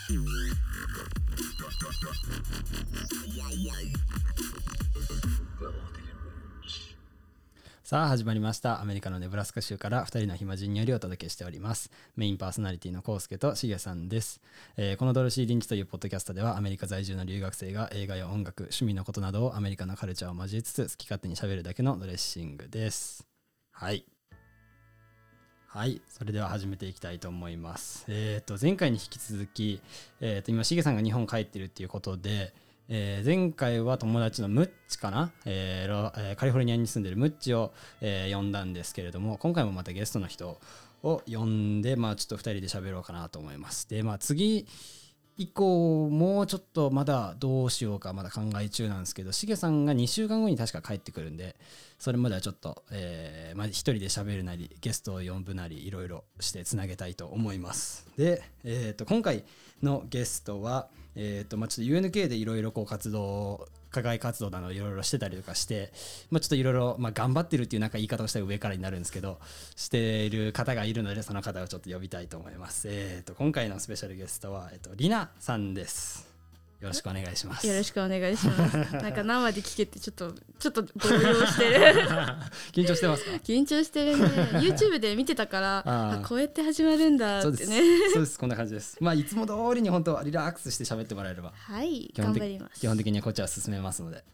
さあ始まりました。アメリカのネブラスカ州から2人の暇人によりお届けしております。メインパーソナリティのコウスケとシゲさんです。このドルシー・リンチというポッドキャストではアメリカ在住の留学生が映画や音楽、趣味のことなどをアメリカのカルチャーを交えつつ好き勝手に喋るだけのドレッシングです。はい、それでは始めていきたいと思います。前回に引き続き、今シゲさんが日本帰ってるっていうことで、前回は友達のムッチかな、カリフォルニアに住んでるムッチを、呼んだんですけれども、今回もまたゲストの人を呼んで、ちょっと2人で喋ろうかなと思います。で、次以降もうちょっとまだどうしようかまだ考え中なんですけど、しげさんが2週間後に確か帰ってくるんで、それまではちょっと、一人で喋るなりゲストを呼ぶなりいろいろしてつなげたいと思います。で、今回のゲストは、ちょっと UNK でいろいろ活動、課外活動などいろいろしてたりとかして、ちょっといろいろ頑張ってるっていう言い方をしたら上からになるんですけど、している方がいるので、その方をちょっと呼びたいと思います。今回のスペシャルゲストは、リナさんです。よろしくお願いします。 よろしくお願いします。なんか生で聞けてちょっと動揺してる緊張してますか？ 緊張してるね。YouTube で見てたからこうやって始まるんだってね。 そうです、こんな感じです。いつも通りに本当はリラックスして喋ってもらえれば、 はい頑張ります。 基本的にはこっちは進めますので、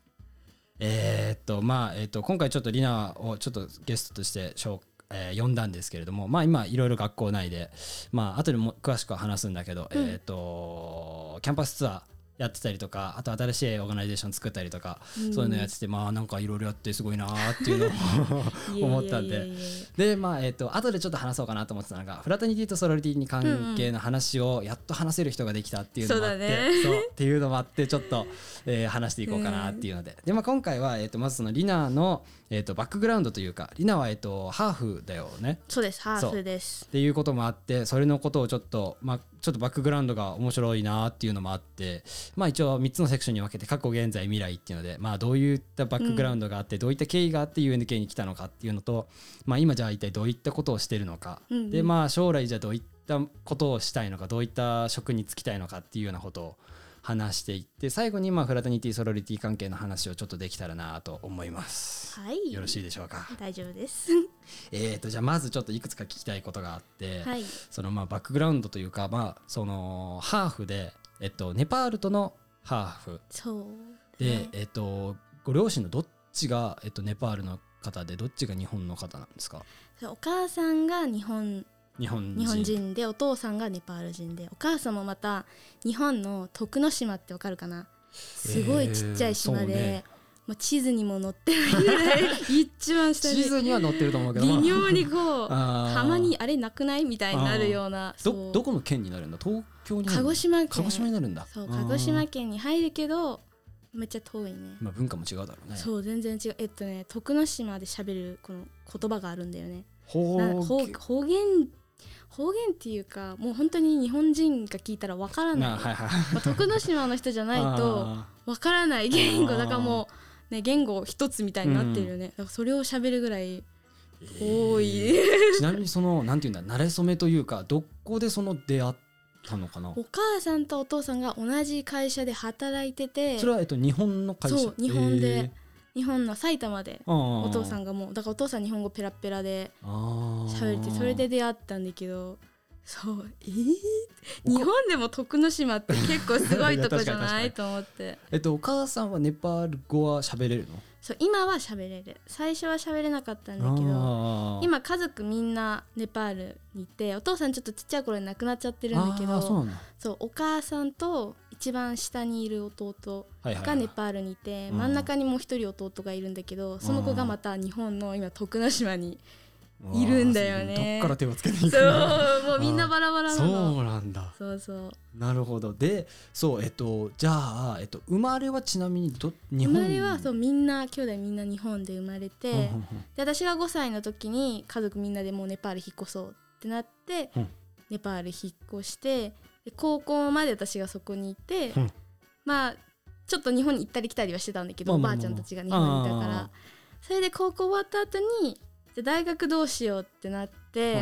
今回ちょっとリナをちょっとゲストとして呼んだんですけれども、今いろいろ学校内で、後でも詳しくは話すんだけど、キャンパスツアーやってたりとか、あと新しいオーガナイゼーション作ったりとか、そういうのやってて、なんかいろいろやってすごいなっていうのを思ったんで、で後でちょっと話そうかなと思ってたのが、フラタニティとソロリティに関係の話をやっと話せる人ができたっていうのもあって、っていうのもあってちょっと、話していこうかなっていうので、今回は、まずそのリナの、バックグラウンドというか、リナは、ハーフだよね。 そうです、ハーフです。 っていうこともあって、それのことをちょっとバックグラウンドが面白いなっていうのもあって、一応3つのセクションに分けて過去現在未来っていうので、どういったバックグラウンドがあって、どういった経緯があって UNK に来たのかっていうのと、今じゃあ一体どういったことをしてるのか、で将来じゃあどういったことをしたいのか、どういった職に就きたいのかっていうようなことを話していって、最後にフラタニティソロリティ関係の話をちょっとできたらなと思います。 はい、 よろしいでしょうか？ 大丈夫です。 じゃあまずちょっといくつか聞きたいことがあって、 はい、 そのバックグラウンドというか、そのハーフで、ネパールとのハーフで、ご両親のどっちが、ネパールの方でどっちが日本の方なんですか？ お母さんが日本人で、お父さんがネパール人で、お母さんもまた日本の徳之島ってわかるかな？すごいちっちゃい島で、もう地図にも載ってないぐらい一番下に地図には載ってると思うけど、 微妙にたまにあれなくないみたいになるような。 どこの県になるんだ？東京になる？ 鹿児島県。 鹿児島になるんだ。 そう、鹿児島県に入るけどめっちゃ遠いね。 文化も違うだろうね。 そう、全然違う。徳之島で喋るこの言葉があるんだよね。方言っていうか、もう本当に日本人が聞いたらわからない、徳之島の人じゃないとわからない言語だから、もう、ね、言語一つみたいになってるよね。だからそれを喋るぐらい多い。 ちなみにそのなんていうんだ、慣れ初めというか、どこでその出会ったのかな？ お母さんとお父さんが同じ会社で働いてて、 それは日本の会社？そう、 日本で、日本の埼玉で、お父さんがもうだからお父さん日本語ペラペラで喋れて、それで出会ったんだけど、そう日本でも徳之島って結構すごいとこじゃないと思って。 お母さんはネパール語は喋れるの？ そう、今は喋れる。最初は喋れなかったんだけど、今家族みんなネパールにいて、お父さんちょっとちっちゃい頃に亡くなっちゃってるんだけど、そう、お母さんと一番下にいる弟がネパールにいて、真ん中にもう一人弟がいるんだけど、その子がまた日本の今徳之島にいるんだよね。 どっから手をつけていくの？ そう、もうみんなバラバラなの。 そうなんだ。 そうそう。 なるほど。で、そうじゃあ生まれはちなみに日本？ 生まれはそう、みんな兄弟みんな日本で生まれて、で私が5歳の時に家族みんなでもうネパール引っ越そうってなって、ネパール引っ越して、で高校まで私がそこにいて、ちょっと日本に行ったり来たりはしてたんだけど、おばあちゃんたちが日本にいたから、それで高校終わった後にで大学どうしようってなって、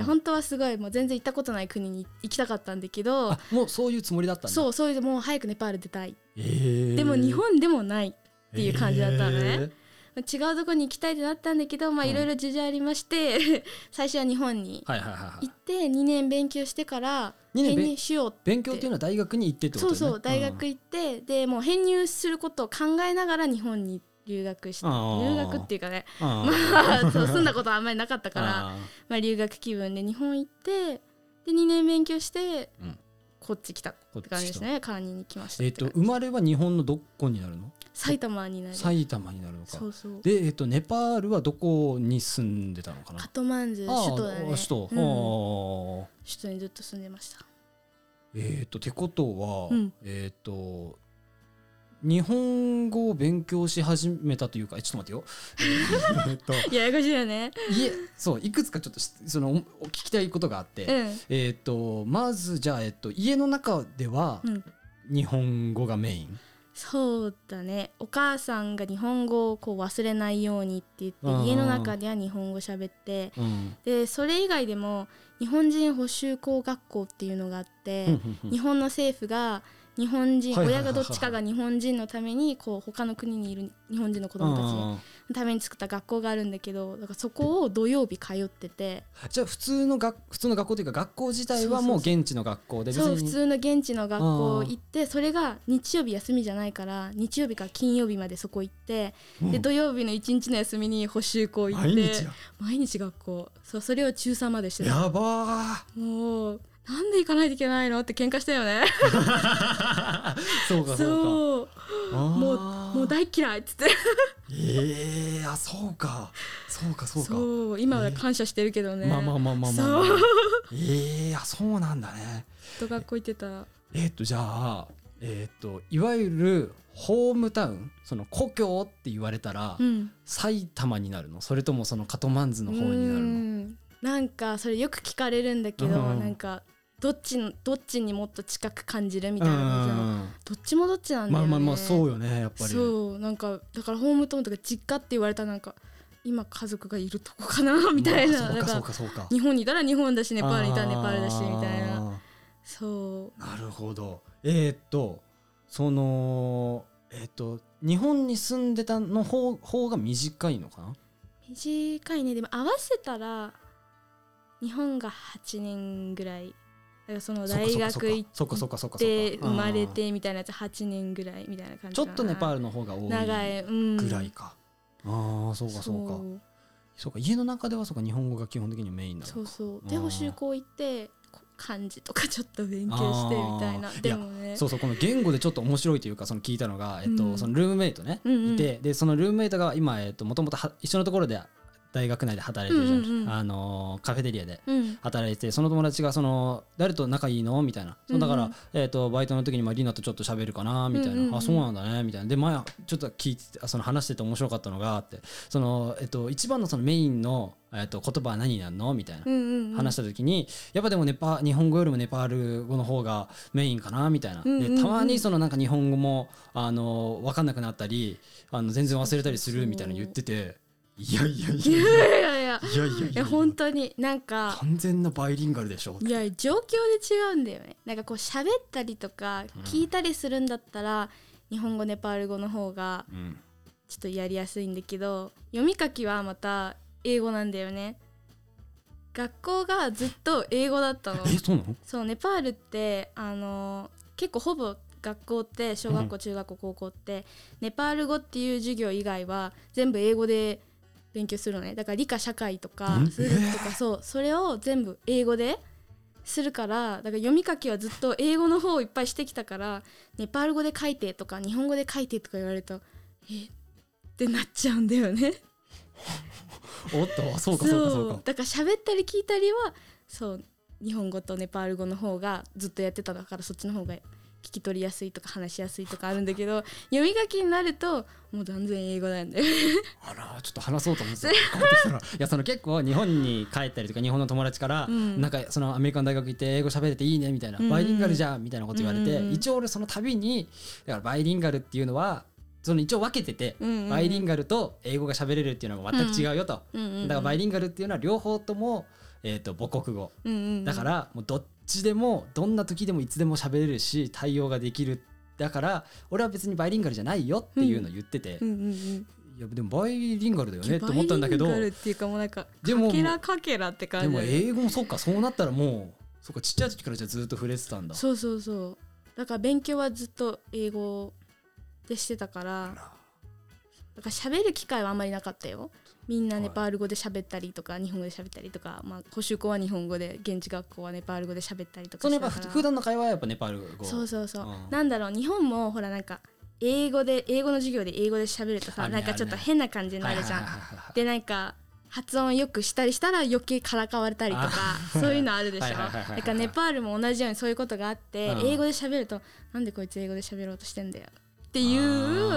本当はすごいもう全然行ったことない国に行きたかったんだけど、 もうそういうつもりだったんだ。 そういうもう早くネパール出たい、でも日本でもないっていう感じだったのね、違うとこに行きたいってなったんだけど、いろいろ事情ありまして最初は日本に行って2年勉強してから編入しようって。 勉強っていうのは大学に行ってってことね。 そう大学行って、でもう編入することを考えながら日本に留学して、留学っていうかねそう住んだことはあんまりなかったから留学気分で日本行って、で2年勉強して、こっち来たって感じですね。カーニーに来ました。 生まれは日本のどこになるの？ 埼玉になる。 埼玉になるのか。 そうそう。 で、ネパールはどこに住んでたのかな？ カトマンズ、首都だね。 首都、 首都にずっと住んでました。 ってことは、日本語を勉強し始めたというか、ちょっと待ってよややこしいよね。 そういくつかちょっと聞きたいことがあって、まずじゃあ、家の中では日本語がメイン？ そうだね。お母さんが日本語をこう忘れないようにって言って家の中では日本語喋って、でそれ以外でも日本人補習校学校っていうのがあって、日本の政府が日本人、親がどっちかが日本人のためにこう他の国にいる日本人の子供たちのために作った学校があるんだけど、だからそこを土曜日通ってて。 じゃあ普通の学校というか学校自体はもう現地の学校で、 そう普通の現地の学校行って、それが日曜日休みじゃないから日曜日から金曜日までそこ行って、で土曜日の1日の休みに補習校行って毎日学校、それを中3までしてた。 やばー。 もうなんで行かないといけないのって喧嘩したよねそうかもう大嫌いっつってそうかそう今は感謝してるけどね。 そうなんだね。 ずっと学校行ってた。 じゃあいわゆるホームタウン、その故郷って言われたら、埼玉になるの？それともそのカトマンズの方になるの？ なんかそれよく聞かれるんだけど、なんかどっちにもっと近く感じるみたいな、どっちもどっちなんだよね。 そうよね、やっぱり。 そうなんかだからホームタウンとか実家って言われたらなんか今家族がいるとこかなみたいな、 そうか日本にいたら日本だしネパールにいたらネパールだしみたいな。そうなるほど。その日本に住んでたの方が短いのかな？ 短いね。でも合わせたら日本が8年ぐらい、だからその大学行って生まれてみたいなやつ8年ぐらいみたいな感じかな。 ちょっとネパールの方が多い長いぐらいか。そうか家の中では日本語が基本的にメインなのか。 そうで補習校行って漢字とかちょっと勉強してみたいな。でもね、 この言語でちょっと面白いというか、その聞いたのが、そのルームメイトね、いて、でそのルームメイトが今もともと一緒のところで大学内で働いてるじゃん、カフェテリアで働いて、その友達が誰と仲いいのみたいな、だから、バイトの時にリナとちょっと喋るかなみたいな、そうなんだねみたいな。で前ちょっと聞いて話してて面白かったのがあって、一番のメインの言葉は何になるのみたいな話した時に、やっぱでも日本語よりもネパール語の方がメインかなみたいな。でたまになんか日本語も分かんなくなったり全然忘れたりするみたいな言ってて、いや本当になんか完全なバイリンガルでしょ。 いや状況で違うんだよね。なんかこう喋ったりとか聞いたりするんだったら、日本語ネパール語の方がちょっとやりやすいんだけど、読み書きはまた英語なんだよね。学校がずっと英語だったの。 そうなの？ そうネパールって結構ほぼ学校って小学校、中学校、高校ってネパール語っていう授業以外は全部英語で勉強するのね。だから理科社会とか数学とか、それを全部英語でするから、だから読み書きはずっと英語の方をいっぱいしてきたから、ネパール語で書いてとか日本語で書いてとか言われるとってなっちゃうんだよねおっと、そうかだから喋ったり聞いたりは日本語とネパール語の方がずっとやってたから、そっちの方が聞き取りやすいとか話しやすいとかあるんだけど、読み書きになるともう断然英語なんだよあら、ちょっと話そうと思ってたいや結構日本に帰ったりとか日本の友達から、なんかアメリカの大学行って英語喋れていいねみたいな、バイリンガルじゃんみたいなこと言われて、一応俺その度にだからバイリンガルっていうのはその一応分けてて、バイリンガルと英語が喋れるっていうのは全く違うよと、だからバイリンガルっていうのは両方とも、母国語、だからもうどっちでもどんな時でもいつでも喋れるし対応ができる、だから俺は別にバイリンガルじゃないよっていうのを言ってて、いやでもバイリンガルだよねって思ったんだけど、 バイリンガルっていうかもうなんかかけらかけらって感じ。 でも英語もそうか、そうなったらもうそっか、ちっちゃい時からじゃずっと触れてたんだ。 そうそうそう、だから勉強はずっと英語でしてたから、だから喋る機会はあんまりなかったよ。みんなネパール語で喋ったりとか、日本語で喋ったりとか、まあ補習校は日本語で、現地学校はネパール語で喋ったりとかしてたから。 そのやっぱ普段の会話はやっぱネパール語。 そうそうそう、なんだろう、日本もほらなんか英語の授業で英語で喋るとさ、なんかちょっと変な感じになるじゃん。でなんか発音よくしたりしたら余計からかわれたりとかそういうのあるでしょ。だからネパールも同じようにそういうことがあって、英語で喋るとなんでこいつ英語で喋ろうとしてんだよっていう、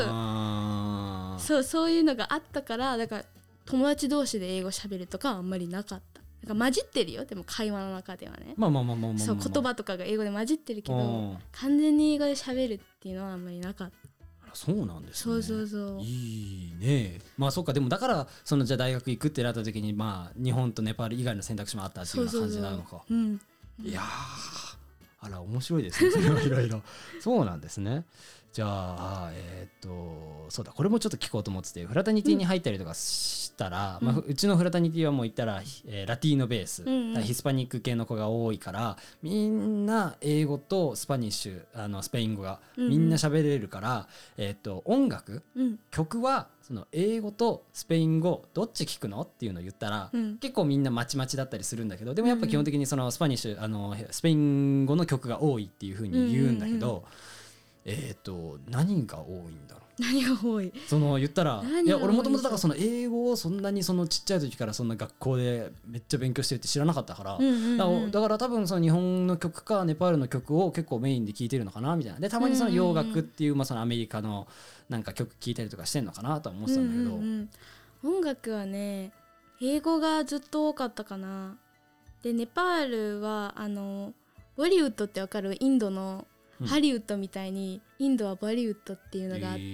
そういうのがあったから、だから友達同士で英語喋るとかはあんまりなかった。なんか混じってるよ、でも会話の中ではね。そう言葉とかが英語で混じってるけど、完全に英語で喋るっていうのはあんまりなかった。 そうなんですね。 そういいね。まあそうか、でもだからそのじゃあ大学行くってなった時に、まあ日本とネパール以外の選択肢もあったっていうような感じになるのか。いやあら面白いですね。いろいろそうなんですね。じゃあそうだ、これもちょっと聞こうと思ってて、フラタニティに入ったりとかしたら、うちのフラタニティはもう言ったら、ラティーノベース、ヒスパニック系の子が多いから、みんな英語とスパニッシュ、スペイン語がみんな喋れるから、音楽、曲はその英語とスペイン語どっち聞くのっていうのを言ったら、結構みんなまちまちだったりするんだけど、でもやっぱ基本的にそのスパニッシュ、スペイン語の曲が多いっていう風に言うんだけど、何が多いんだろう。 何が多い、 その言ったら、いや俺もともとだからその英語をそんなにそのちっちゃい時からそんな学校でめっちゃ勉強してるって知らなかったから、だから多分その日本の曲かネパールの曲を結構メインで聴いてるのかなみたいな。でたまにその洋楽っていう、そのアメリカのなんか曲聴いたりとかしてんのかなとは思ってたんだけど、 音楽はね英語がずっと多かったかな。でネパールはボリウッドってわかる？インドのハリウッドみたいにインドはボリウッドっていうのがあって、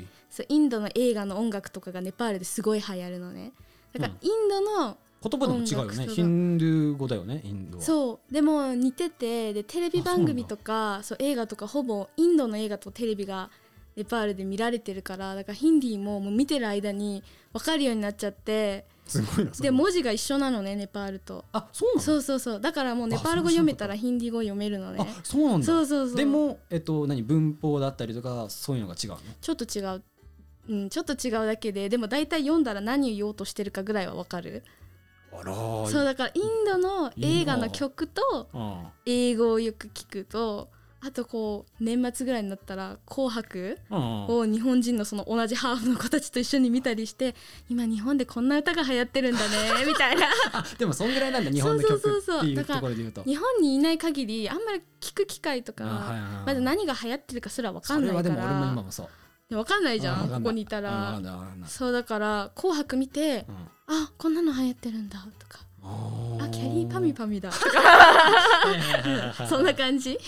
そうインドの映画の音楽とかがネパールですごい流行るのね。だからインドの言葉でも違うよね。ヒンドゥー語だよね、インドは。 そうでも似てて、でテレビ番組とかそう映画とかほぼインドの映画とテレビがネパールで見られてるから、だからヒンディーも見てる間に分かるようになっちゃって、 すごいな。 で文字が一緒なのね、ネパールと。 あ、そうなの？ そうだからもうネパール語読めたらヒンディー語読めるのね。 あ、そうなんだ。 そうでも文法だったりとかそういうのが違うの？ ちょっと違う、ちょっと違うだけで、でも大体読んだら何を言おうとしてるかぐらいは分かる。 あら、 そうだからインドの映画の曲と英語をよく聞くと、あとこう年末ぐらいになったら紅白を日本人のその同じハーフの子たちと一緒に見たりして、今日本でこんな歌が流行ってるんだねみたいなでもそんぐらいなんだ、日本の曲っていうところで言うと。 日本にいない限りあんまり聞く機会とか、まだ何が流行ってるかすら分かんないから。それはでも俺も今もそうで分かんないじゃん、ここにいたら。そうだから紅白見て、あ、こんなの流行ってるんだとか、あ、キャリーパミパミだとかそんな感じ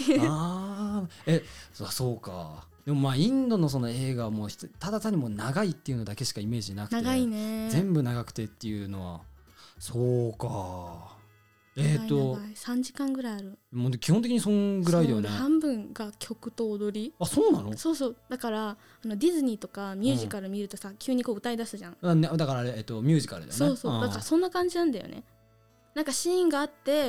そうか。でもまあインドのその映画はもうただ単にもう長いっていうのだけしかイメージなくて、 長いね、 全部長くてっていうのは。そうか。 3時間ぐらいある。 もう基本的にそんぐらいだよね。 半分が曲と踊り。 あ、そうなの？ そうだからディズニーとかミュージカル見るとさ、急にこう歌い出すじゃん。 だからミュージカルだよね。 そうだからそんな感じなんだよね。なんかシーンがあって、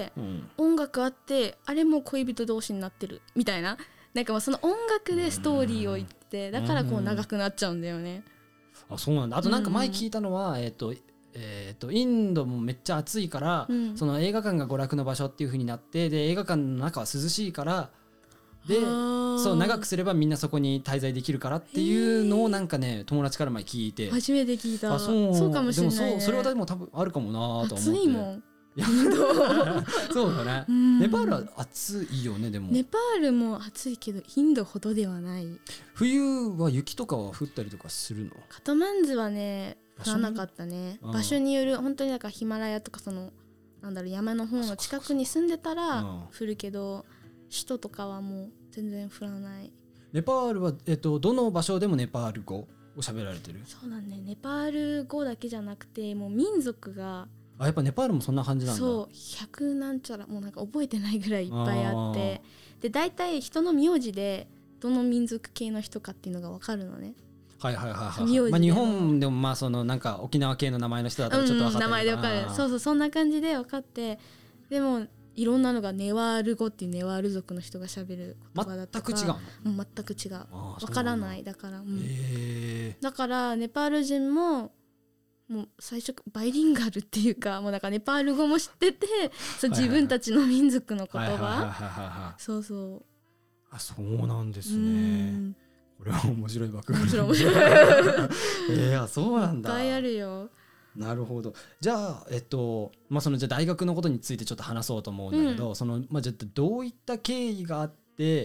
音楽あって、あれも恋人同士になってるみたいな、なんかもうその音楽でストーリーを言って、だからこう長くなっちゃうんだよね。 あ、そうなんだ。あとなんか前聞いたのは、インドもめっちゃ暑いから、その映画館が娯楽の場所っていう風になって、で映画館の中は涼しいから、でそう長くすればみんなそこに滞在できるからっていうのをなんかね、友達から前聞いて、 初めて聞いた。そうかもしれないね。 でもそれはでも多分あるかもなと思って。 暑いもんそうだね。ネパールは暑いよね。でもネパールも暑いけどインドほどではない。 冬は雪とかは降ったりとかするの？ カトマンズはね降らなかったね。場所による。本当になんかヒマラヤとかその山の方の近くに住んでたら降るけど、首都とかはもう全然降らない。 ネパールは、どの場所でもネパール語を喋られてる？ そうだね、ネパール語だけじゃなくてもう民族がやっぱネパールもそんな感じなんだ。 そう100なんちゃらもうなんか覚えてないぐらいいっぱいあって、で大体人の名字でどの民族系の人かっていうのが分かるのね。 はいはいはいはい、まあ、日本でもまあそのなんか沖縄系の名前の人だったらちょっと分かったり、 名前で分かる。そうそう、そんな感じで分かって、でもいろんなのがネワール語っていうネワール族の人が喋る言葉だとか全く違うの？ 全く違う、分からない。だから、 だからネパール人ももう最初バイリンガルっていうか、もうなんかネパール語も知ってて、そう自分たちの民族の言葉、そうそう。 そうなんですね。これは面白いバックグラウンド。 面白い。そうなんだ。 いっぱいあるよ。 なるほど。じゃあまあそのじゃあ大学のことについてちょっと話そうと思うんだけど、そのまあじゃあどういった経緯があって、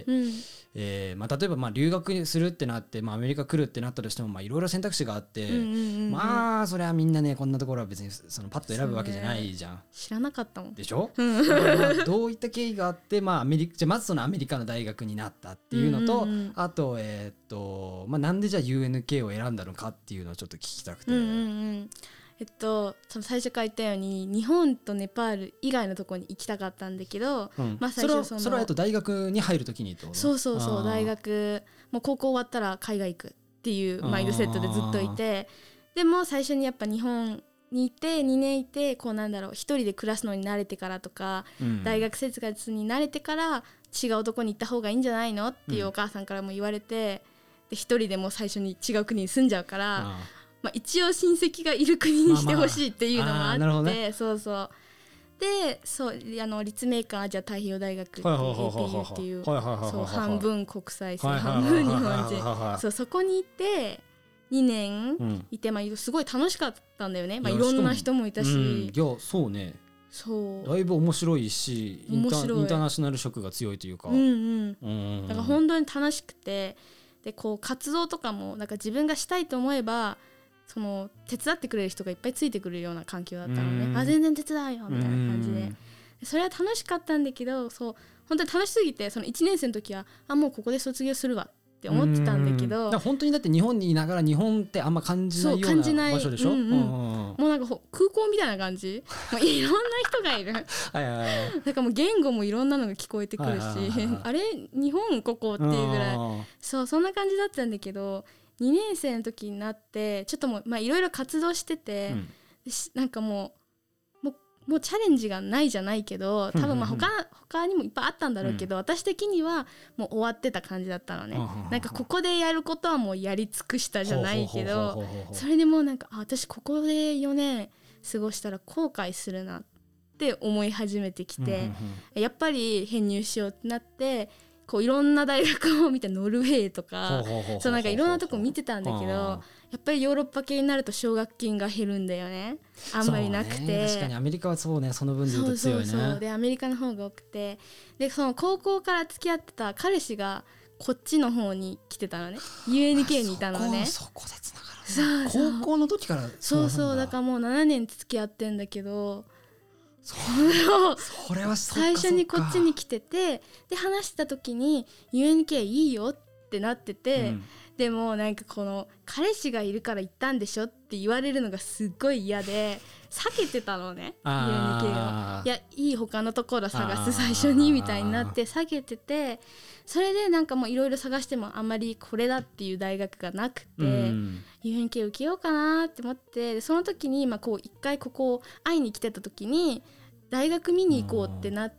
まあ例えばまあ留学するってなって、まあアメリカ来るってなったとしてもまあいろいろ選択肢があって、まあそれはみんなねこんなところは別にそのパッと選ぶわけじゃないじゃん。 知らなかったもん。 でしょ？どういった経緯があってまあじゃあまずそのアメリカの大学になったっていうのと、あとまあなんでじゃあ UNK を選んだのかっていうのをちょっと聞きたくて。 その最初から言ったように日本とネパール以外のところに行きたかったんだけど、まあ最初それは大学に入るときにってこと？ そう大学もう高校終わったら海外行くっていうマインドセットでずっといて、でも最初にやっぱ日本にいて2年いてこうなんだろう一人で暮らすのに慣れてからとか、大学生活に慣れてから違うとこに行った方がいいんじゃないのっていうお母さんからも言われて、で一人でも最初に違う国に住んじゃうから、まあ、一応親戚がいる国にしてほしいっていうのもあって、そうそうで立命館アジア太平洋大学っていう APU っていう半分国際生半分日本人、そこにいて2年いて、まあ、すごい楽しかったんだよね。まあ、いろんな人もいたし、 いやそうね、だいぶ面白いしインターナショナル色が強いというか、だから本当に楽しくて、でこう活動とかもなんか自分がしたいと思えばその手伝ってくれる人がいっぱいついてくるような環境だったのね。全然手伝うよみたいな感じで、それは楽しかったんだけど、そう本当に楽しすぎてその1年生の時はもうここで卒業するわって思ってたんだけど、 本当にだって日本にいながら日本ってあんま感じないような場所でしょ。 もうなんか空港みたいな感じ、いろんな人がいるなんかもう言語もいろんなのが聞こえてくるし、あれ日本ここっていうぐらい、そんな感じだったんだけど、2年生の時になってちょっともういろいろ活動してて、なんかもうチャレンジがないじゃないけど、多分他にもいっぱいあったんだろうけど、私的にはもう終わってた感じだったのね。なんかここでやることはもうやり尽くしたじゃないけど、それでもうなんか私ここで4年過ごしたら後悔するなって思い始めてきて、やっぱり編入しようってなってこういろんな大学を見て、ノルウェーとかそうなんかいろんなとこ見てたんだけど、やっぱりヨーロッパ系になると奨学金が減るんだよね。あんまりなくて、 確かにアメリカはそうね、その分で言うと強いね。 そうでアメリカの方が多くて、でその高校から付き合ってた彼氏がこっちの方に来てたのね。 UNK にいたのね。 そこでつながる、高校の時からそうだからもう7年付き合ってんだけど、 それは最初にこっちに来てて、で話した時に UNK いいよってなってて、でもなんかこの彼氏がいるから行ったんでしょって言われるのがすっごい嫌で避けてたのね。 UNK がいやいい他のところ探す最初にみたいになって避けてて、それでなんかもういろいろ探してもあんまりこれだっていう大学がなくて、UNK 受けようかなって思って、でその時にこう一回ここ会いに来てた時に大学見に行こうってなって、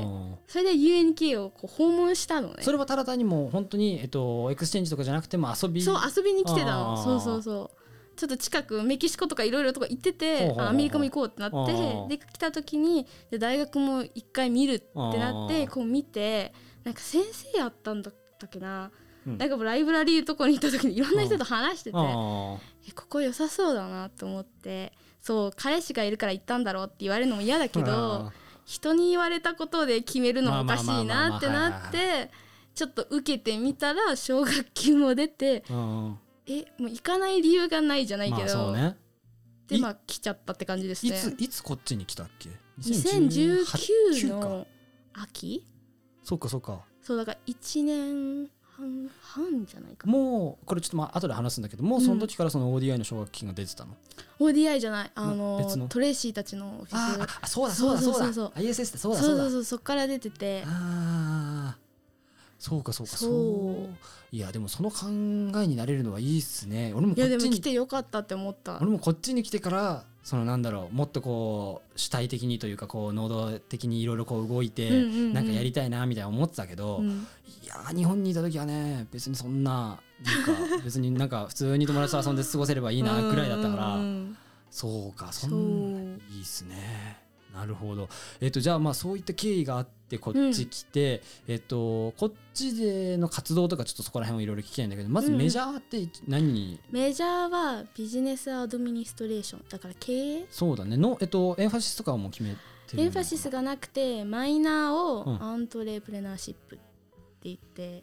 それで UNK をこう訪問したのね。 それはただ単にもう本当に、エクスチェンジとかじゃなくても遊びに来てたの。そうちょっと近くメキシコとかいろいろとか行ってて、アメリカも行こうってなって、で来た時にで大学も一回見るってなってこう見て、なんか先生やったんだったっけな、なんかライブラリーのとこに行った時にいろんな人と話してて、ここ良さそうだなと思って、そう彼氏がいるから行ったんだろうって言われるのも嫌だけど、人に言われたことで決めるのもおかしいなってなって、ちょっと受けてみたら奨学金も出て、もう行かない理由がないじゃないけど、で来ちゃったって感じですね。 いつこっちに来たっけ ？2019の秋？ そうかそうだから1年半じゃないか。 もうこれちょっとまあ後で話すんだけども、その時からその ODI の奨学金が出てたの？ ODI じゃない、 別のトレイシーたちのオフィス。 そうだそうだそうだ、ISS ってそうだそうだ、 そっから出てて。 そうかいやでもその考えになれるのはいいっすね。俺もこっちに、いやでも来てよかったって思った。 俺もこっちに来てからそのなんだろう、もっとこう主体的にというかこう能動的にいろいろこう動いてなんかやりたいなみたいな思ってたけど、いや日本にいた時はね別にそんな別になんか普通に友達と遊んで過ごせればいいなくらいだったからそうか、そんないいっすね。なるほど。じゃあまあそういった経緯があってこっち来て、こっちでの活動とかちょっとそこら辺をいろいろ聞きたいんだけど、まずメジャーって何に？ メジャーはビジネスアドミニストレーションだから経営。 そうだねの、エンファシスとかはもう決めてる？ エンファシスがなくてマイナーをアントレプレナーシップって言って、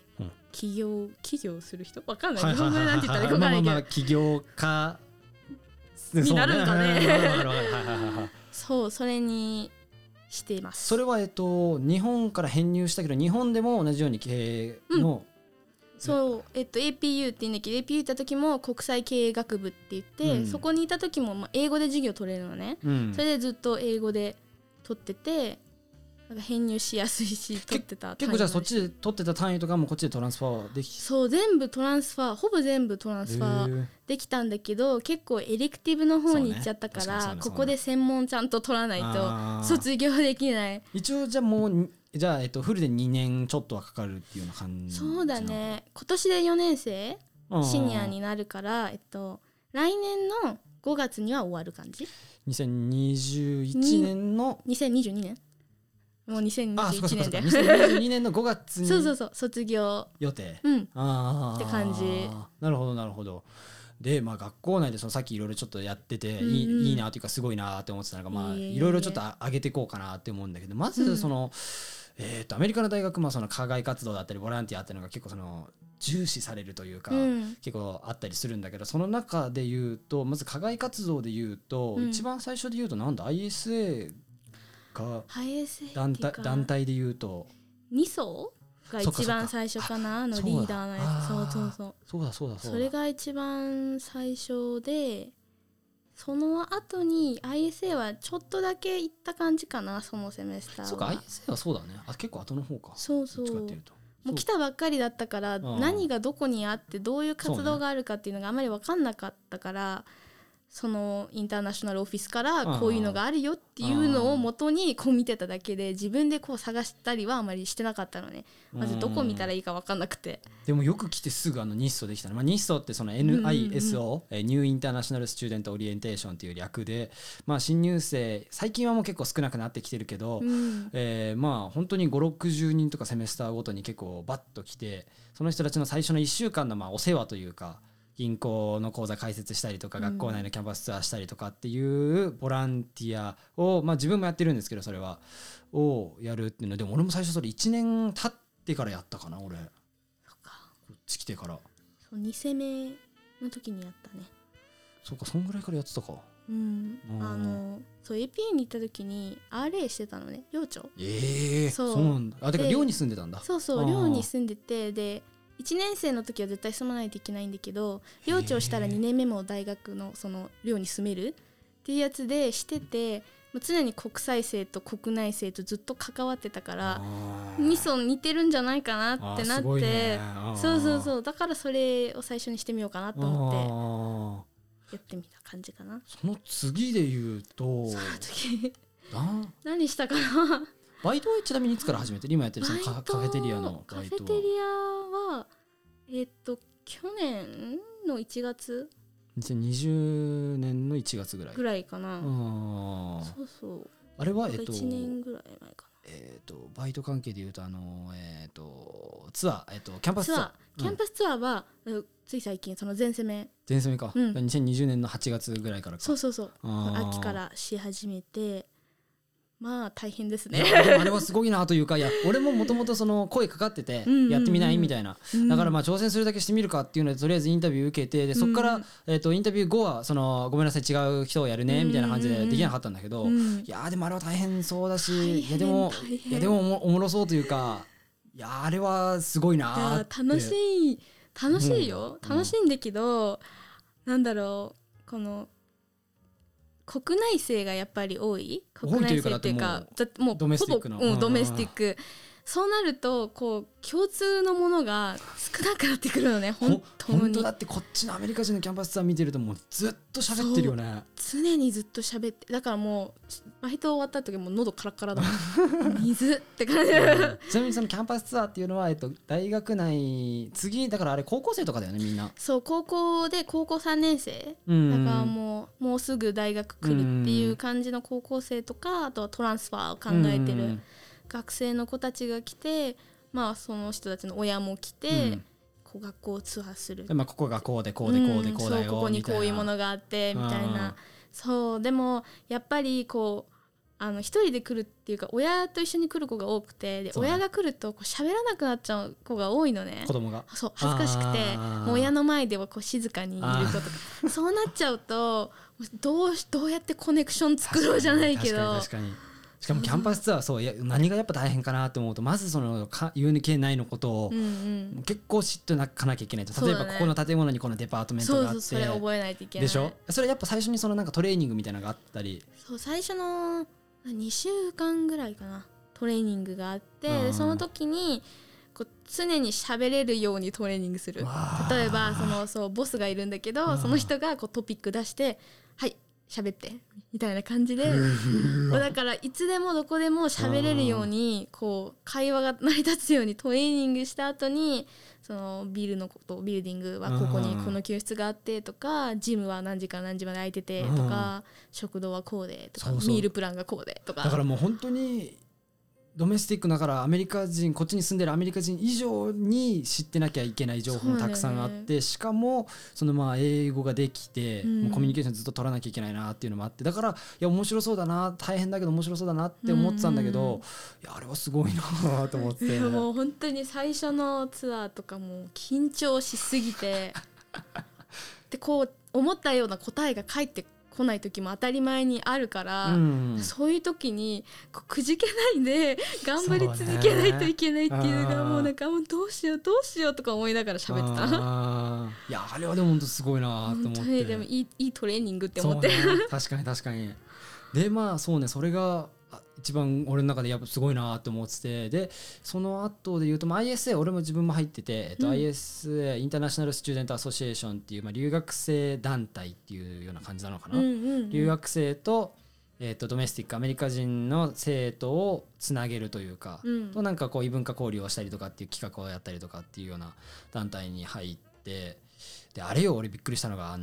起業する人わかんない、日本語でなんて言ったらいいかわかんないけど、 起業家になるんだね。そうそれにしています。 それは日本から編入したけど日本でも同じように経営の、 そう、APU って言うんだけど APU 行った時も国際経営学部って言って、そこにいた時も英語で授業取れるのね、それでずっと英語で取っててなんか編入しやすいし取ってた。 結構じゃあそっちで取ってた単位とかもこっちでトランスファーでき？ そう全部トランスファー、ほぼ全部トランスファーできたんだけど結構エレクティブの方に行っちゃったから、ここで専門ちゃんと取らないと卒業できない。 一応じゃあもうじゃあ、フルで2年ちょっとはかかるっていうような感じ？ そうだね、今年で4年生シニアになるから、来年の5月には終わる感じ。 2021年の 2022年もう2021年で 2022年の5月にそう卒業予定、 って感じ。 なるほどなるほど。でまあ学校内でさっきいろいろちょっとやってていいなというかすごいなって思ってたのが、まあいろいろちょっと上げていこうかなって思うんだけど、まずその、アメリカの大学、その課外活動だったりボランティアっていうのが結構その重視されるというか、結構あったりするんだけど、その中で言うとまず課外活動で言うと、一番最初で言うとなんだ ISA が団体で言うと 2層が一番最初かな、リーダーのやつ。そうそれが一番最初で、その後に ISA はちょっとだけ行った感じかな、そのセメスターは。 そうか ISA はそうだね、結構後の方か。 そうもう来たばっかりだったから何がどこにあってどういう活動があるかっていうのがあまり分かんなかったから、そのインターナショナルオフィスからこういうのがあるよっていうのを元にこう見てただけで、自分でこう探したりはあまりしてなかったのね。まずどこ見たらいいか分かんなくて。 でもよく来てすぐニッソできたね。ニッソってその NISO、ニューインターナショナルスチューデントオリエンテーションっていう略で、新入生最近はもう結構少なくなってきてるけど、本当に5、60人とかセメスターごとに結構バッと来て、その人たちの最初の1週間のお世話というか、銀行の口座開設したりとか、学校内のキャンパスツアーしたりとかっていうボランティアを、自分もやってるんですけど、それはをやるっていうので、も俺も最初それ1年経ってからやったかな。俺こっち来てからそう2攻めの時にやったね。 そうか、そんぐらいからやってたか。 そう APA に行った時に RA してたのね、寮長。 そうなんだ。てか寮に住んでたんだ。 そう寮に住んでて、で1年生の時は絶対住まないといけないんだけど、寮長したら2年目も大学のその寮に住めるっていうやつでしてて、常に国際生と国内生とずっと関わってたから、2層似てるんじゃないかなってなって、そうだからそれを最初にしてみようかなと思ってやってみた感じかな。 その次で言うとその時何したかな。 バイトはちなみにいつから始めてる？今やってるそのカフェテリアのバイトは。カフェテリアは去年の1月 2020年の1月ぐらいかな。そうあれは 1年ぐらい前かな。 バイト関係でいうとツアー、キャンパスツアー、 キャンパスツアーはつい最近その前攻めか、2020年の8月ぐらいからか。 そう秋からし始めて、大変ですね。 でもあれはすごいなというか、俺ももともとその声かかっててやってみないみたいな、だから挑戦するだけしてみるかっていうのでとりあえずインタビュー受けて、でそこから、インタビュー後はそのごめんなさい違う人をやるねみたいな感じでできなかったんだけど、いやでもあれは大変そうだし、いやでもおもろそうというか、 やあれはすごいなって。 楽しいよ、楽しいんだけど、なんだろう、この国内生がやっぱり多い、国内生っていうかもうドメスティックの、 ドメスティック、そうなるとこう共通のものが少なくなってくるのね。本当だってこっちのアメリカ人のキャンパスツアー見てるともうずっと喋ってるよね。 常にずっと喋って、だからもうバイト終わった時も喉カラカラだもん水って感じちなみにそのキャンパスツアーっていうのは、大学内次だからあれ高校生とかだよねみんな。 そう、高校3年生だからもうすぐ大学来るっていう感じの高校生とか、あとはトランスファーを考えてる学生の子たちが来て、まあその人たちの親も来て、こう学校をツアーする。 ここがこうでこうでこうでこうだよ、 ここにこういうものがあってみたいな。そうでもやっぱりこう一人で来るっていうか親と一緒に来る子が多くて、で親が来るとこう喋らなくなっちゃう子が多いのね。 子供がそう恥ずかしくて、もう親の前ではこう静かにいる子とかそうなっちゃうとどうやってコネクション作ろうじゃないけど。 確かにしかもキャンパスツアー、そういや何がやっぱ大変かなと思うと、まずそのUNK 内のことを結構知ってかなきゃいけないと。例えばここの建物にこのデパートメントがあって、 それ覚えないといけないでしょ。それやっぱ最初にそのなんかトレーニングみたいなのがあったり、 そう最初の2週間ぐらいかなトレーニングがあって、でその時にこう常に喋れるようにトレーニングする。例えばそうボスがいるんだけど、その人がこうトピック出してはい喋ってみたいな感じでだからいつでもどこでも喋れるようにこう会話が成り立つようにトレーニングした後に、そのビルのことビルディングはここにこの教室があってとか、ジムは何時から何時まで空いててとか、食堂はこうでとか、ミールプランがこうでとか。 だからもう本当にドメスティックだからアメリカ人、こっちに住んでるアメリカ人以上に知ってなきゃいけない情報もたくさんあって、しかもそのまあ英語ができて、もうコミュニケーションずっと取らなきゃいけないなっていうのもあって、だからいや面白そうだな、大変だけど面白そうだなって思ってたんだけど、いやあれはすごいなと思って。 もう本当に最初のツアーとかも緊張しすぎてでこう思ったような答えが返って来ない時も当たり前にあるから、そういう時にこうくじけないで頑張り続けないといけないっていうのが、もうなんかもうどうしようとか思いながら喋ってた。 いやあれはでも本当すごいなと思って、 でもいいトレーニングって思って、 確かにでまあそうね、それが一番俺の中でやっぱすごいなと思ってて、でその後で言うと、ISA 俺も自分も入ってて、ISA インターナショナルスチューデントアソシエーションっていう、留学生団体っていうような感じなのかな、留学生と、ドメスティックアメリカ人の生徒をつなげるというか、となんかこう異文化交流をしたりとかっていう企画をやったりとかっていうような団体に入って、であれよ俺びっくりしたのが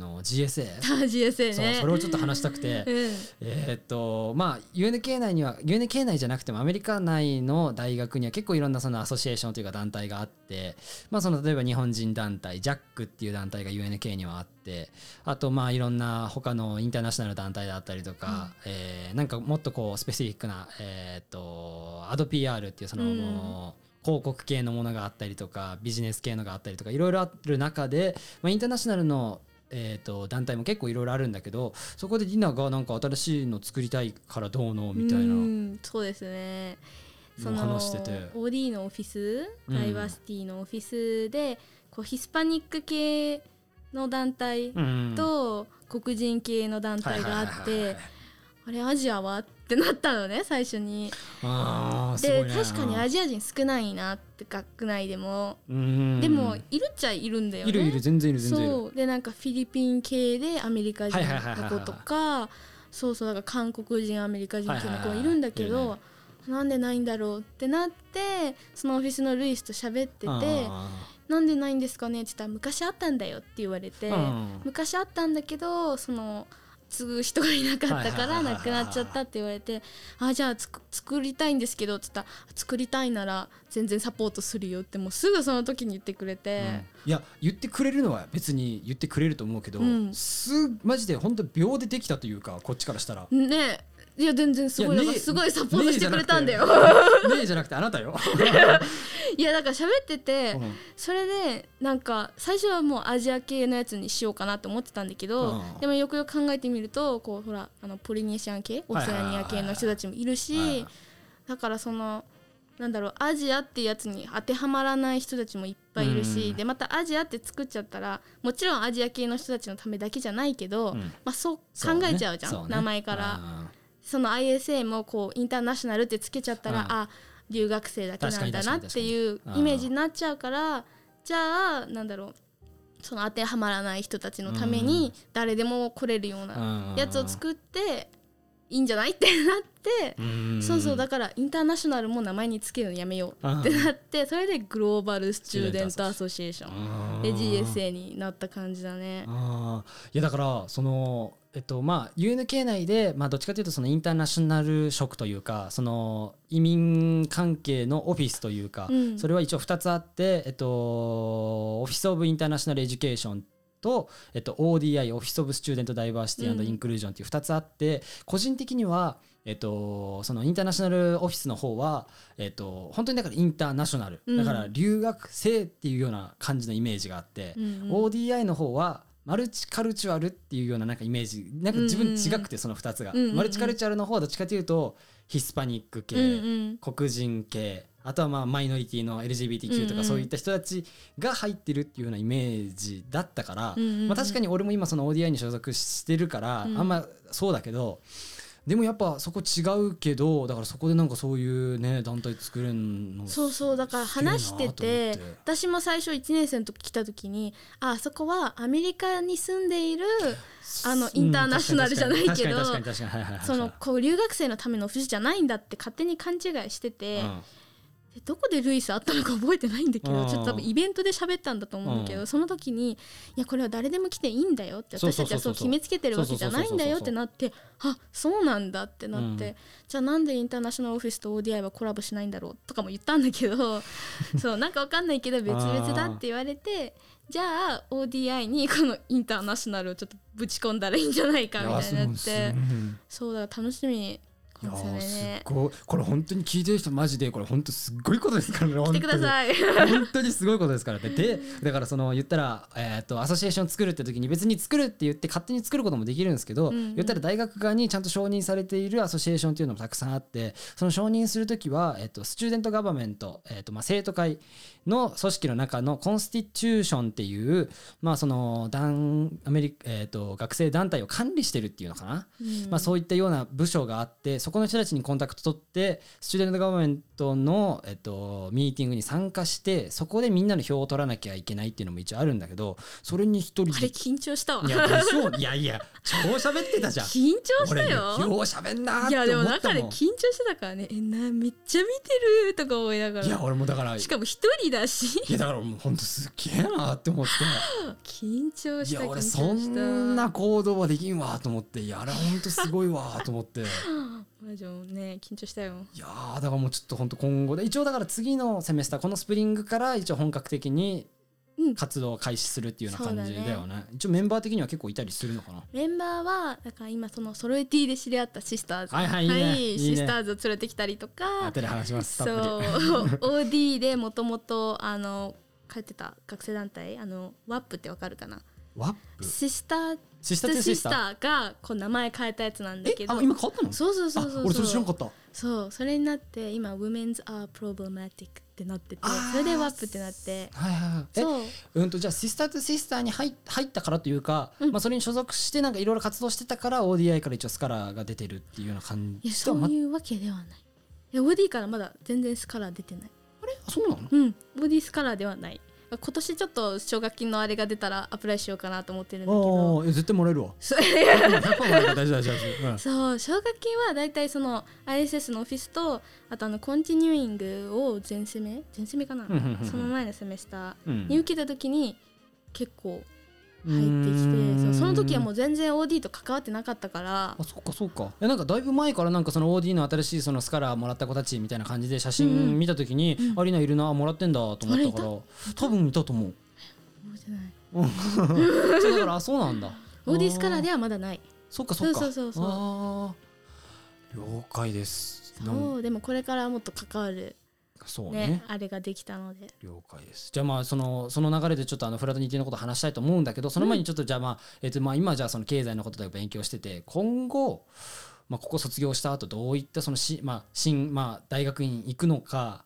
GSA ね。 そうそれをちょっと話したくて、まあ UNK 内には UNK 内じゃなくてもアメリカ内の大学には結構いろんなそのアソシエーションというか団体があって、まあその例えば日本人団体 JAC っていう団体が UNK にはあって、あとまあいろんな他のインターナショナル団体だったりとか、なんかもっとこうスペシフィックなアド PR っていうその、広告系のものがあったりとかビジネス系のがあったりとかいろいろある中で、インターナショナルの、団体も結構いろいろあるんだけど、そこでディナがなんか新しいの作りたいからどうのみたいな。 そうですね、その話してて OD のオフィス、ダイバーシティのオフィスでこうヒスパニック系の団体と黒人系の団体があって、あれアジアはってなったのね最初に。で確かにアジア人少ないなって学内でも、でもいるっちゃいるんだよね。 いる全然いるそうでなんかフィリピン系でアメリカ人の子とか、そうだから韓国人アメリカ人系の子いるんだけど、なんでないんだろうってなって、そのオフィスのルイスと喋ってて、なんでないんですかねって言ったら昔あったんだよって言われて、昔あったんだけどその継ぐ人がいなかったからなくなっちゃったって言われて、じゃあ作りたいんですけどって言ったら、作りたいなら全然サポートするよってもうすぐその時に言ってくれて、 いや言ってくれるのは別に言ってくれると思うけど、マジで本当秒でできたというか、こっちからしたらね。いや全然すごいすごいサポートしてくれたんだよ。 ねえじゃなくてあなたよ。 いやだから喋ってて、それでなんか最初はもうアジア系のやつにしようかなと思ってたんだけど、でもよくよく考えてみるとこうほらポリネシアン系オセアニア系の人たちもいるし、だからそのなんだろうアジアっていうやつに当てはまらない人たちもいっぱいいるし、でまたアジアって作っちゃったらもちろんアジア系の人たちのためだけじゃないけど、まあ、そう考えちゃうじゃん、名前から。その ISA もこうインターナショナルってつけちゃったら、あ留学生だけなんだなっていうイメージになっちゃうから、じゃあなんだろうその当てはまらない人たちのために誰でも来れるようなやつを作っていいんじゃないってなって、そうそうだからインターナショナルも名前につけるのやめようってなって、それでグローバルスチューデントアソシエーションで GSA になった感じだね。 いやだからそのまあ UNK 内で、まあ、どっちかというとそのインターナショナル職というかその移民関係のオフィスというか、それは一応2つあって、オフィスオブインターナショナルエデュケーションと、ODI オフィスオブスチューデントダイバーシティ&インクルージョンっていう2つあって、個人的にはそのインターナショナルオフィスの方は、本当にだからインターナショナル、だから留学生っていうような感じのイメージがあって、ODI の方はマルチカルチュアルっていうようななんかイメージなんか自分違くて、その2つが、マルチカルチュアルの方はどっちかというとヒスパニック系、黒人系、あとはまあマイノリティの LGBTQ とかそういった人たちが入ってるっていうようなイメージだったから、まあ、確かに俺も今その ODI に所属してるからあんまそうだけど、でもやっぱそこ違うけど、だからそこでなんかそういうね団体作れるのそうだから話してて、私も最初1年生の時来た時にあそこはアメリカに住んでいるインターナショナルじゃないけど、そのこう留学生のためのオフィスじゃないんだって勝手に勘違いしてて、どこでルイスあったのか覚えてないんだけど、ちょっと多分イベントで喋ったんだと思うんだけど、その時にいやこれは誰でも来ていいんだよって、私たちはそう決めつけてるわけじゃないんだよってなって、あそうなんだってなって、じゃあなんでインターナショナルオフィスと ODI はコラボしないんだろうとかも言ったんだけどそうなんか分かんないけど別々だって言われて、じゃあ ODI にこのインターナショナルをちょっとぶち込んだらいいんじゃないかみたいになって、そうだ楽しみ。 いやすごいこれ本当に聞いてる人マジでこれ本当すごいことですからね。 来てください本当にすごいことですからね。でだからその言ったら、アソシエーション作るって時に別に作るって言って勝手に作ることもできるんですけど、言ったら大学側にちゃんと承認されているアソシエーションっていうのもたくさんあって、その承認する時は、スチューデントガバメント、生徒会の組織の中のコンスティチューションっていう、まあ、その学生団体を管理してるっていうのかな、まあ、そういったような部署があって、そこの人たちにコンタクト取ってスチューデントガバメントの、ミーティングに参加して、そこでみんなの票を取らなきゃいけないっていうのも一応あるんだけど、それに一人であれ緊張したわ。 いやでしょいや超喋ってたじゃん。 緊張したよ。 俺よう喋んなって思ったもん。 いやでも中で緊張してたからね、めっちゃ見てるとか思いながら。 いや俺もだからしかも一人だしいやだからもうほんとすっげえなって思って緊張した。 いや俺そんな行動はできんわと思って、いやあれほんとすごいわと思ってマジね緊張したよ。 いやだからもうちょっとほんと今後で一応だから次のセメスターこのスプリングから一応本格的に活動を開始するっていうような感じだよね。一応メンバー的には結構いたりするのかな。 メンバーはだから今そのソロエティで知り合ったシスターズ、 いいね、 シスターズを連れてきたりとか、 後で話します。 そう OD でもともと通ってた学生団体WAP ってわかるかな。 WAP？ シスターがこう名前変えたやつなんだけど、 今変わったの？ そう俺それ知らんかった。 それになって今 Women's are problematic ってなってて、それで WAP ってなって、 じゃあシスターとシスターに入ったからというか、まあ、それに所属してなんかいろいろ活動してたから ODI から一応スカラーが出てるっていうような感じ。 いやそういうわけではない。OD からまだ全然スカラー出てない。 あれそうなの ？OD スカラーではない。今年ちょっと奨学金のあれが出たらアプライしようかなと思ってるんだけど、 絶対もらえるわ。そう奨学金はだいたいその ISS のオフィスとあとコンティニューイングを前セメかな、その前のセメスターに受けた時に結構入ってきて、その時はもう全然 OD と関わってなかったから。 そうかなんかだいぶ前からなんかその OD の新しいそのスカラーもらった子たちみたいな感じで写真見た時に、アリナいるなもらってんだと思ったから、多分いたと思う。だからそうなんだ。 OD スカラーではまだない。 そう了解です。 でもこれからもっと関わるそうね、 あれができたので了解です。じゃあまあその流れでちょっとフラトニティのことを話したいと思うんだけど、その前にちょっとじゃあ今じゃあその経済のことで勉強してて、今後ここ卒業した後どういったその大学院行くのか、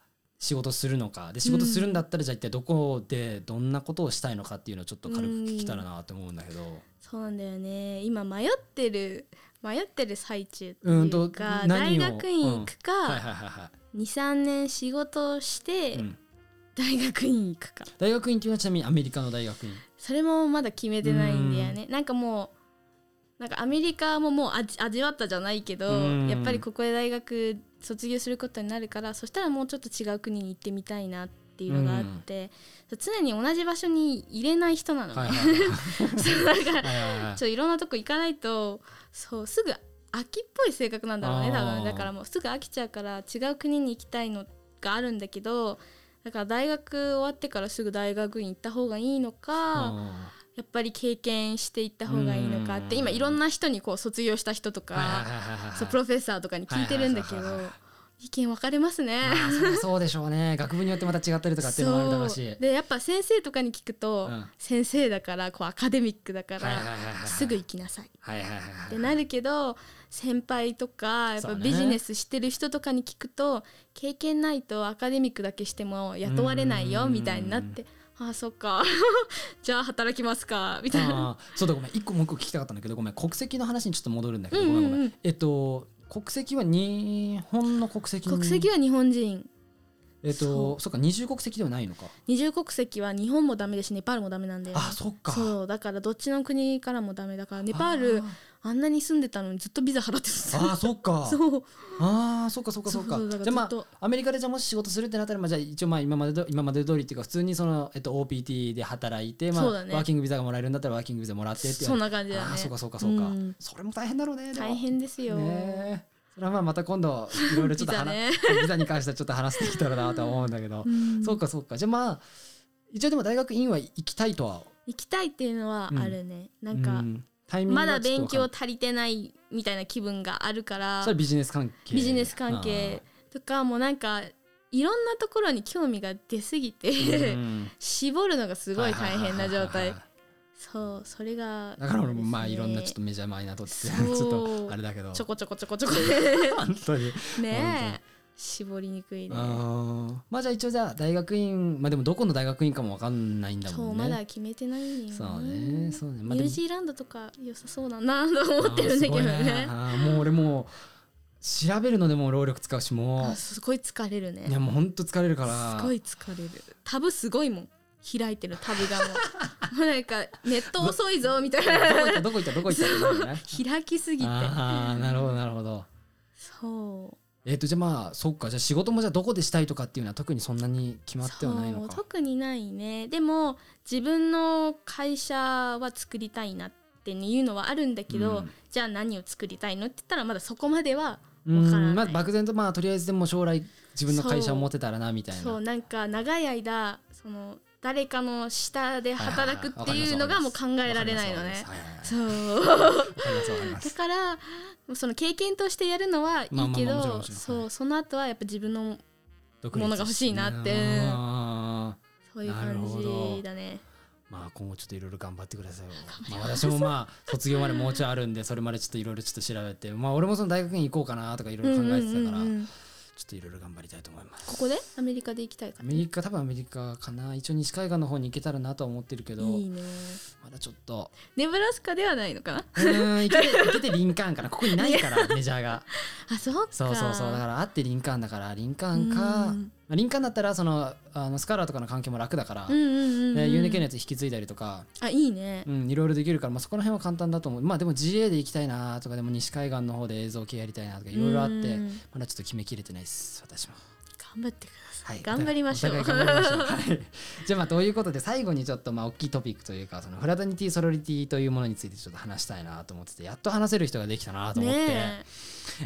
仕事するのかで、仕事するんだったらじゃあ一体どこでどんなことをしたいのかっていうのをちょっと軽く聞けたらなと思うんだけど。 そうなんだよね。今迷ってる最中っていうか、大学院行くか、2,3 年仕事して大学院行くか。 大学院っていうのはちなみにアメリカの大学院？ それもまだ決めてないんだよね。なんかもうアメリカももう味わったじゃないけど、やっぱりここで大学卒業することになるから、そしたらもうちょっと違う国に行ってみたいなっていうのがあって、常に同じ場所に入れない人なのね。そうだからいろんなとこ行かないと、そうすぐ飽きっぽい性格なんだろうね多分。だからもうすぐ飽きちゃうから違う国に行きたいのがあるんだけど、だから大学終わってからすぐ大学院行った方がいいのか、やっぱり経験していった方がいいのかって今いろんな人にこう卒業した人とかプロフェッサーとかに聞いてるんだけど、意見分かれますね。 まあ、そうでしょうね。学部によってまた違ったりとかっていうのもあるだろうし。 でやっぱ先生とかに聞くと、先生だからこうアカデミックだからすぐ行きなさいってなるけど、先輩とかやっぱビジネスしてる人とかに聞くと、経験ないとアカデミックだけしても雇われないよみたいになって、あ、そっかじゃあ働きますかみたいな。 そうだ、ごめん、もう一個聞きたかったんだけど、ごめん、国籍の話にちょっと戻るんだけど、ごめん国籍は日本の国籍？ 国籍は日本人。 そっか、二重国籍ではないのか。 二重国籍は日本もダメだしネパールもダメなんだよね。 あ、そっか。 そうだからどっちの国からもダメだから、ネパールあんなに住んでたのにずっとビザ払ってた。 あ、そっか。 そうそっか。じゃあまあアメリカでじゃあもし仕事するってなったら、じゃあ一応まあ今まで通りっていうか、普通にそのOPT で働いて、ワーキングビザがもらえるんだったらワーキングビザもらってっていう。 そんな感じだね。 そっか。それも大変だろうね。 大変ですよ。 それはまた今度いろいろちょっとビザに関してはちょっと話してきたらなとは思うんだけど、そうか。じゃあまあ一応でも大学院は行きたいっていうのはあるね。なんかまだ勉強足りてないみたいな気分があるから。 それはビジネス関係とかもなんかいろんなところに興味が出すぎて絞るのがすごい大変な状態。そうそれがだから俺もまあいろんなちょっとメジャーマイナーとってちょっとあれだけど、 ちょこ本当にねえ絞りにくいね。 まあじゃあ一応大学院、まあでもどこの大学院かも分かんないんだもんね。 そうまだ決めてないんだよね。 そうね、 ニュージーランドとか良さそうだなと思ってるんだけどね。 もう俺も調べるのでも労力使うし、もうすごい疲れるね。 いやもうほんと疲れるから。 すごい疲れる。タブすごいもん、開いてるタブがもうなんかネット遅いぞみたいな。 どこ行った開きすぎて。 なるほど。 そうじゃあまあそっか、じゃあ仕事もじゃあどこでしたいとかっていうのは特にそんなに決まってはないのか。 特にないね。でも自分の会社は作りたいなっていうのはあるんだけど、じゃあ何を作りたいのって言ったらまだそこまでは分からない。 まあ漠然とまあとりあえずでも将来自分の会社を持てたらなみたいな。 そうなんか長い間その誰かの下で働くっていうのがもう考えられないのね。そうだからその経験としてやるのはいいけど、その後はやっぱ自分のものが欲しいなって、そういう感じだね。 まあ今後ちょっといろいろ頑張ってください。私もまあ卒業までもうちょいあるんで、それまでちょっといろいろ調べて、まあ俺もその大学に行こうかなとかいろいろ考えてたから、ちょっといろいろ頑張りたいと思います。 ここでアメリカで行きたいかな。 多分アメリカかな。一応西海岸の方に行けたらなとは思ってるけど、 いいね。 まだちょっとネブラスカではないのかな。 行けてリンカーンかな。ここにないからメジャーが。 そうか。 そうだからあってリンカーンだから、リンカーンか。リンカーンだったらそのスカラーとかの関係も楽だから、UNK のやつ引き継いだりとか、 いいね。 いろいろできるから、そこら辺は簡単だと思う。まあでも GA で行きたいなとか、でも西海岸の方で映像系やりたいなとかいろいろあって、まだちょっと決めきれてないです、私も。 頑張ってください。頑張りましょう。 じゃあまあということで最後にちょっと大きいトピックというか、そのフラタニティソロリティというものについてちょっと話したいなと思ってて、やっと話せる人ができたなと思って。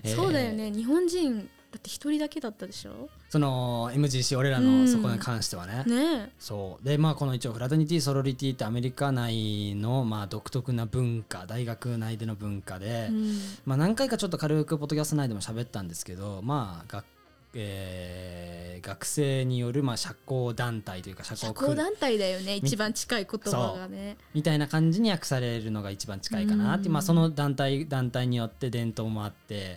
そうだよね。日本人だって一人だけだったでしょ。 その MGC 俺らのそこに関してはね。そうで、まあこの一応フラタニティソロリティってアメリカ内のまあ独特な文化、大学内での文化で、まあ何回かちょっと軽くポッドキャスト内でも喋ったんですけど、まあ学生による社交団体というか社交団体だよね、一番近い言葉がねみたいな感じに訳されるのが一番近いかなって、その団体によって伝統もあって、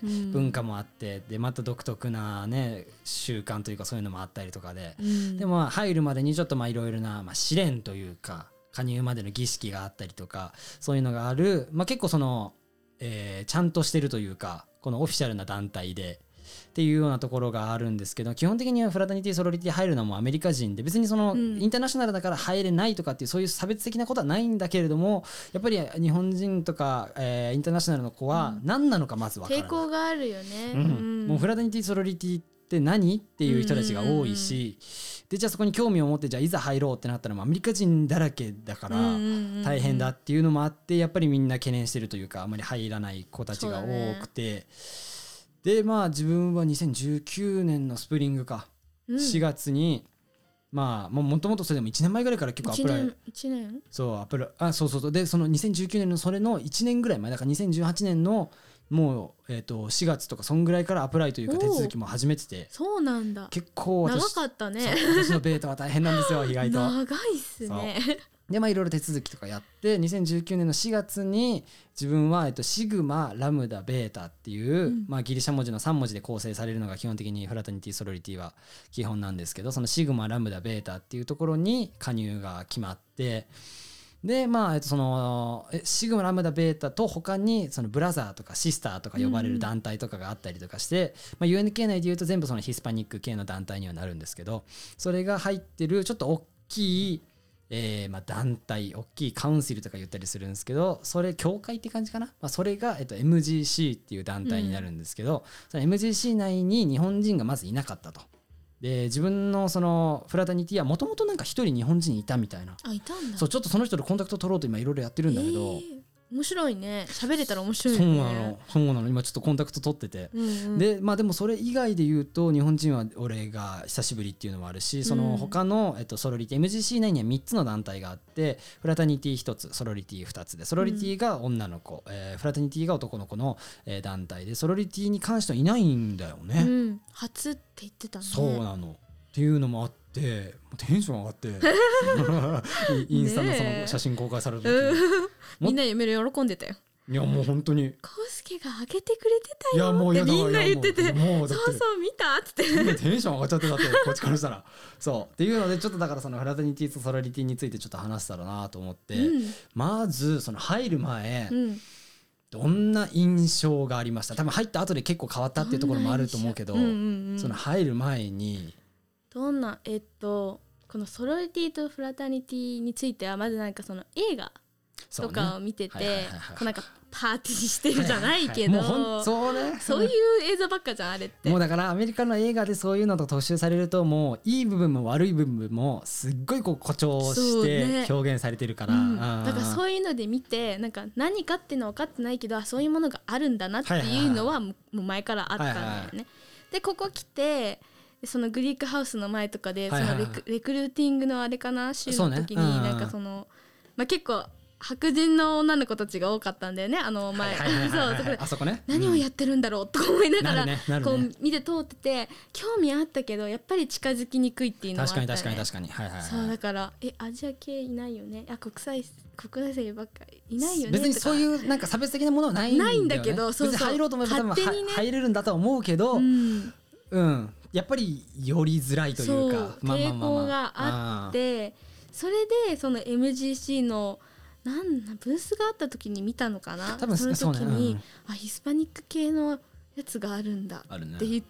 文化もあって、でまた独特なね習慣というかそういうのもあったりとかで、でも入るまでにちょっといろいろな試練というか加入までの儀式があったりとかそういうのがある、結構その、ちゃんとしてるというかこのオフィシャルな団体でっていうようなところがあるんですけど、基本的にはフラタニティソロリティ入るのもアメリカ人で、別にそのインターナショナルだから入れないとかっていうそういう差別的なことはないんだけれども、やっぱり日本人とか、インターナショナルの子は何なのかまず分からない、 抵抗があるよね、 もうフラタニティソロリティって何っていう人たちが多いし、でじゃあそこに興味を持ってじゃあいざ入ろうってなったらアメリカ人だらけだから大変だっていうのもあって、やっぱりみんな懸念してるというかあまり入らない子たちが多くて、で自分は2019年のスプリングか、4月にもともとそれでも1年前ぐらいから結構アプライ 1年そうでその2019年のそれの1年ぐらい前だから2018年のもう、4月とかそんぐらいからアプライというか手続きも始めてて、 そうなんだ、 結構長かったね。 私のベータは大変なんですよ意外と長いっすね。 でいろいろ手続きとかやって2019年の4月に自分は、シグマラムダベータっていう、ギリシャ文字の3文字で構成されるのが基本的にフラタニティソロリティは基本なんですけど、そのシグマラムダベータっていうところに加入が決まって、でそのシグマラムダベータと他にそのブラザーとかシスターとか呼ばれる団体とかがあったりとかして、UNK 内でいうと全部そのヒスパニック系の団体にはなるんですけど、それが入ってるちょっと大きい団体、大きいカウンシルとか言ったりするんですけど、それ教会って感じかな、それが、MGC っていう団体になるんですけど、その MGC 内に日本人がまずいなかったと。で自分のそのフラタニティはもともとなんか一人日本人いたみたいな。 あ、いたんだ。 そうちょっとその人とコンタクト取ろうと今いろいろやってるんだけど、 面白いね、喋れたら面白いよね。 そうなの今ちょっとコンタクト取ってて、ででもそれ以外で言うと日本人は俺が久しぶりっていうのもあるし、その他の、ソロリティ MGC 内には3つの団体があって、フラタニティ1つソロリティ2つで、ソロリティが女の子、フラタニティが男の子の、団体で、ソロリティに関してはいないんだよね、 初って言ってたね。 そうなのっていうのもあってテンション上がってインスタのその写真公開される時みんな夢で喜んでたよ。 いやもう本当にコウスケが上げてくれてたよってみんな言ってて、そうそう見たってテンション上がっちゃって、だってこっちからしたらそうっていうので、ちょっとだからそのフラタニティとソロリティについてちょっと話したらなと思って、まずその入る前、どんな印象がありました？多分入った後で結構変わったっていうところもあると思うけど、その入る前にどんなこのソロリティとフラタニティについてはまずなんかその映画とかを見てて、なんかパーティーしてるじゃないけど、そういう映像ばっかじゃんあれって。 もうだからアメリカの映画でそういうのと特集されると、もういい部分も悪い部分もすっごいこう誇張して表現されてるから、 だからそういうので見て、なんか何かっていうのは分かってないけど、そういうものがあるんだなっていうのはもう前からあったんだよね。でここ来てそのグリークハウスの前とかでそのレクルーティングのあれかな週の時になんかその結構白人の女の子たちが多かったんだよね、あの前。 あそこね、 何をやってるんだろうと思いながらこう見て通ってて、興味あったけどやっぱり近づきにくいっていうのはあったね。 確かにそうだからアジア系いないよね、国際生ばっかりいないよね。 別にそういうなんか差別的なものはないんだよね。 ないんだけど、別に入ろうと思えば多分入れるんだとは思うけど、やっぱり寄りづらいというか抵抗があって、それでその MGC のブースがあった時に見たのかな、多分その時にヒスパニック系のやつがあるんだって言って、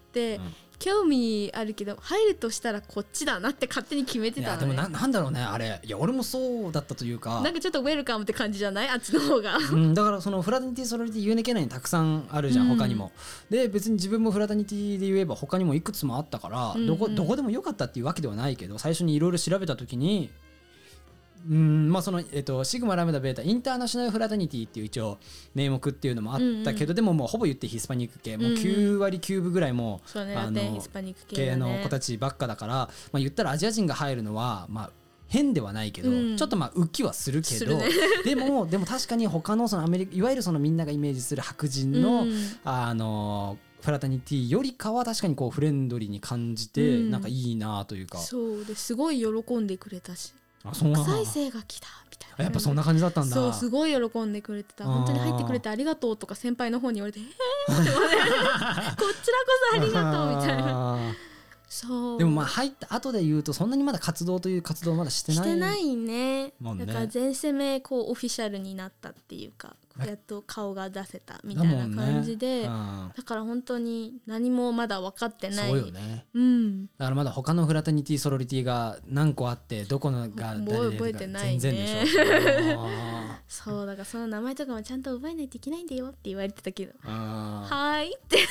興味あるけど入るとしたらこっちだなって勝手に決めてたのね。 いやでもなんだろうねあれ。いや俺もそうだったというか、 なんかちょっとウェルカムって感じじゃない？あっちの方がだからそのフラタニティソロリティ UNK 内にたくさんあるじゃん、他にも。で別に自分もフラタニティで言えば他にもいくつもあったから、どこでもよかったっていうわけではないけど、最初にいろいろ調べた時にそのシグマラムダベータインターナショナルフラタニティっていう一応名目っていうのもあったけど、でももうほぼ言ってヒスパニック系、もう9割9分ぐらいもう系の子たちばっかだから、言ったらアジア人が入るのは変ではないけど、ちょっと浮きはするけど、でも確かに他のそのアメリカ、いわゆるそのみんながイメージする白人のフラタニティよりかは確かにこうフレンドリーに感じて、なんかいいなというか、 そうですごい喜んでくれたし、 国際生が来たみたいな、 やっぱそんな感じだったんだ。 そうすごい喜んでくれてた。本当に入ってくれてありがとうとか先輩の方に言われてこちらこそありがとうみたいな。そうでもまあ入った後で言うとそんなにまだ活動という活動まだしてないね。だから全攻めこうオフィシャルになったっていうか、やっと顔が出せたみたいな感じで、だから本当に何もまだ分かってない。 そうよね、だからまだ他のフラタニティソロリティが何個あってどこのが誰でとか全然でしょそうだからその名前とかもちゃんと覚えないといけないんだよって言われてたけど、はーいって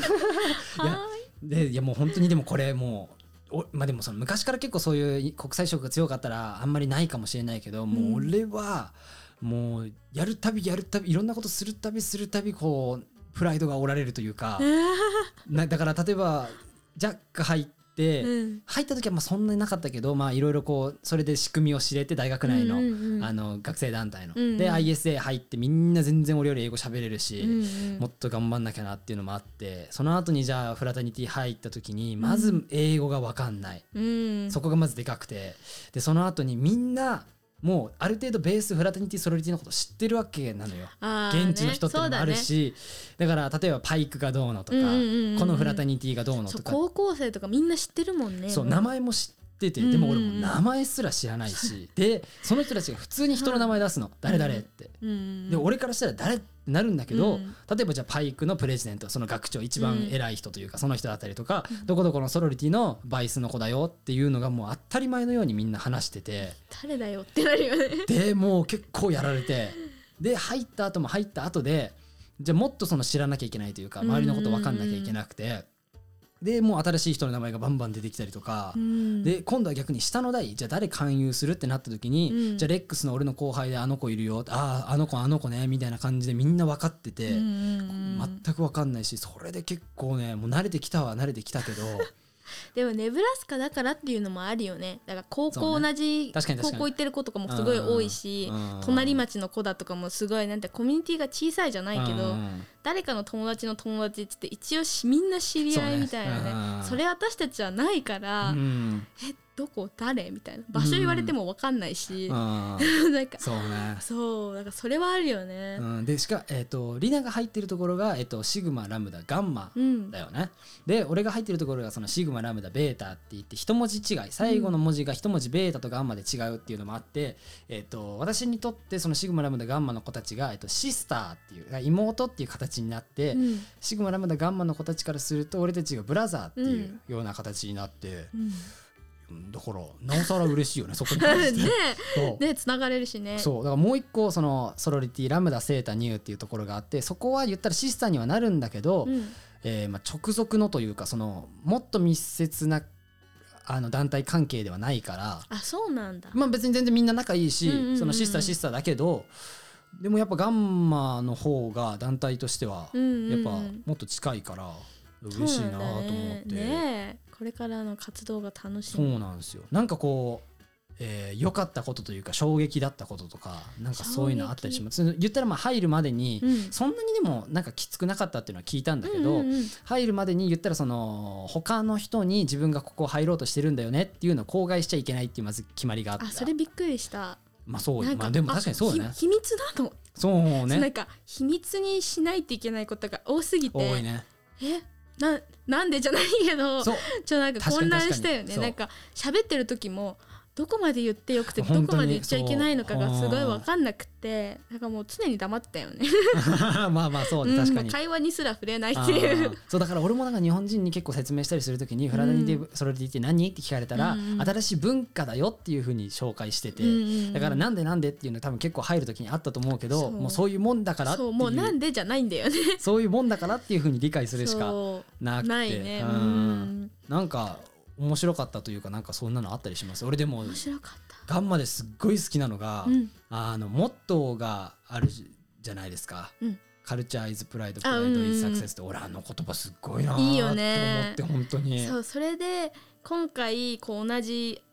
いやもう本当にでもこれもうまあでもその昔から結構そういう国際色が強かったらあんまりないかもしれないけど、もう俺はもうやるたびいろんなことするたびこうプライドが折られるというかだから例えばジャック入った時はまあそんなになかったけど、まあいろいろこうそれで仕組みを知れて大学内の学生団体ので ISA 入ってみんな全然俺より英語喋れるし、もっと頑張んなきゃなっていうのもあって、その後にじゃあフラタニティ入った時にまず英語が分かんない、そこがまずでかくて、でその後にみんなもうある程度ベースフラタニティソロリティのこと知ってるわけなのよ、現地の人ってのもあるし、だから例えばパイクがどうのとか、このフラタニティがどうのとか、 高校生とかみんな知ってるもんね。 そう名前も知ってて、でも俺も名前すら知らないし、でその人たちが普通に人の名前出すの、誰々って、で俺からしたら誰ってなるんだけど、例えばじゃあパイクのプレジデント、その学長一番偉い人というかその人だったりとか、どこどこのソロリティのバイスの子だよっていうのがもう当たり前のようにみんな話してて、 誰だよってなるよね。 でもう結構やられて、で入った後でじゃあもっとその知らなきゃいけないというか周りのこと分かんなきゃいけなくて、でもう新しい人の名前がバンバン出てきたりとか、で今度は逆に下の代じゃあ誰勧誘するってなった時に、じゃあレックスの俺の後輩であの子いるよ、あの子ねみたいな感じでみんな分かってて、全く分かんないし、それで結構ねもう慣れてきたけどでもネブラスカだからっていうのもあるよね。だから高校同じ高校行ってる子とかもすごい多いし、隣町の子だとかもすごいなんてコミュニティが小さいじゃないけど、誰かの友達の友達って一応みんな知り合いみたいなね。それ私たちはないから、どこ誰みたいな場所言われても分かんないし、なんかそうだからそれはあるよね。 でリナが入ってるところが、シグマラムダガンマだよね。で俺が入ってるところがそのシグマラムダベータって言って一文字違い、最後の文字が一文字ベータとガンマで違うっていうのもあって、私にとってそのシグマラムダガンマの子たちが、シスターっていう妹っていう形になって、シグマラムダガンマの子たちからすると俺たちがブラザーっていうような形になって、だからなおさら嬉しいよねそこに関してね、つながれるしね。 そうだからもう一個そのソロリティラムダセータニューっていうところがあって、そこは言ったらシスターにはなるんだけど、直属のというかそのもっと密接な団体関係ではないから、 あそうなんだ、 別に全然みんな仲いいし、そのシスターだけど、でもやっぱガンマの方が団体としてはやっぱもっと近いから嬉しいなと思って、 ね、これからの活動が楽しみ。 そうなんですよ。なんかこう良かったことというか衝撃だったこととかなんかそういうのあったりします。言ったら入るまでに、そんなにでもなんかきつくなかったっていうのは聞いたんだけど、入るまでに言ったらその他の人に自分がここ入ろうとしてるんだよねっていうのを口外しちゃいけないっていうまず決まりがあった。 それびっくりした。 そうでも確かにそうだね。 秘密だと。 そうね。 なんか秘密にしないといけないことが多すぎて。 多いね。 なんでじゃないけどなんか混乱したよね。なんか喋ってる時もどこまで言ってよくてどこまで言っちゃいけないのかがすごい分かんなくて、なんかもう常に黙ったよねそうね、確かに、 会話にすら触れないっていうそうだから俺もなんか日本人に結構説明したりするときにフラダニティソロリティって何って聞かれたら、新しい文化だよっていう風に紹介してて、だからなんでっていうの多分結構入るときにあったと思うけど、もうそういうもんだからっていう、 もうなんでじゃないんだよねそういうもんだからっていう風に理解するしかなくて、 ないね。 なんか面白かったというか、なんかそんなのあったりします。俺でも面白かった。 ガンマですっごい好きなのが、モットーがあるじゃないですか、カルチャーイズプライドプライドイズサクセスって、俺言葉すっごいなと思って、本当にそれで今回こう同じ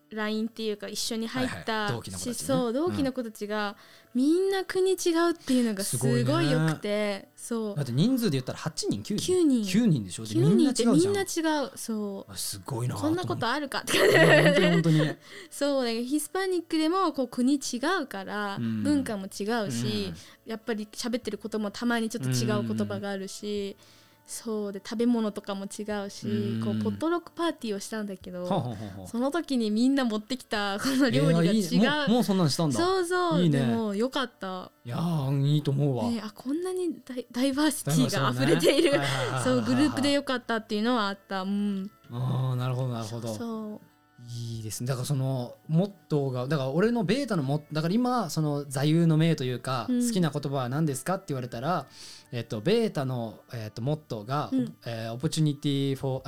LINE っていうか一緒に入った、 はいはい、同期の子たちね、 そう同期の子たちが、みんな国違うっていうのがすごいよくて、そうだって人数で言ったら8人9人 9人でしょ。 でみんな違うじゃん。みんな違う。そうすごいな、 こんなことあるかって感じ。 本当にねそうだけどヒスパニックでもこう国違うから、文化も違うし、やっぱり喋ってることもたまにちょっと違う言葉があるし、そうで食べ物とかも違うし、こうポットロックパーティーをしたんだけど、その時にみんな持ってきたこの料理が違う、 もうそんなんしたんだ。 そうそう、 いいね、 でもよかった。 いやいいと思うわ、 あこんなにダイバーシティが溢れている、そうグループでよかったっていうのはあった。あなるほどなるほど。 そういいですね。だからそのモットーが、だから俺のベータのだから今その座右の銘というか、好きな言葉は何ですかって言われたら、ベータの、モットーが、opportunity for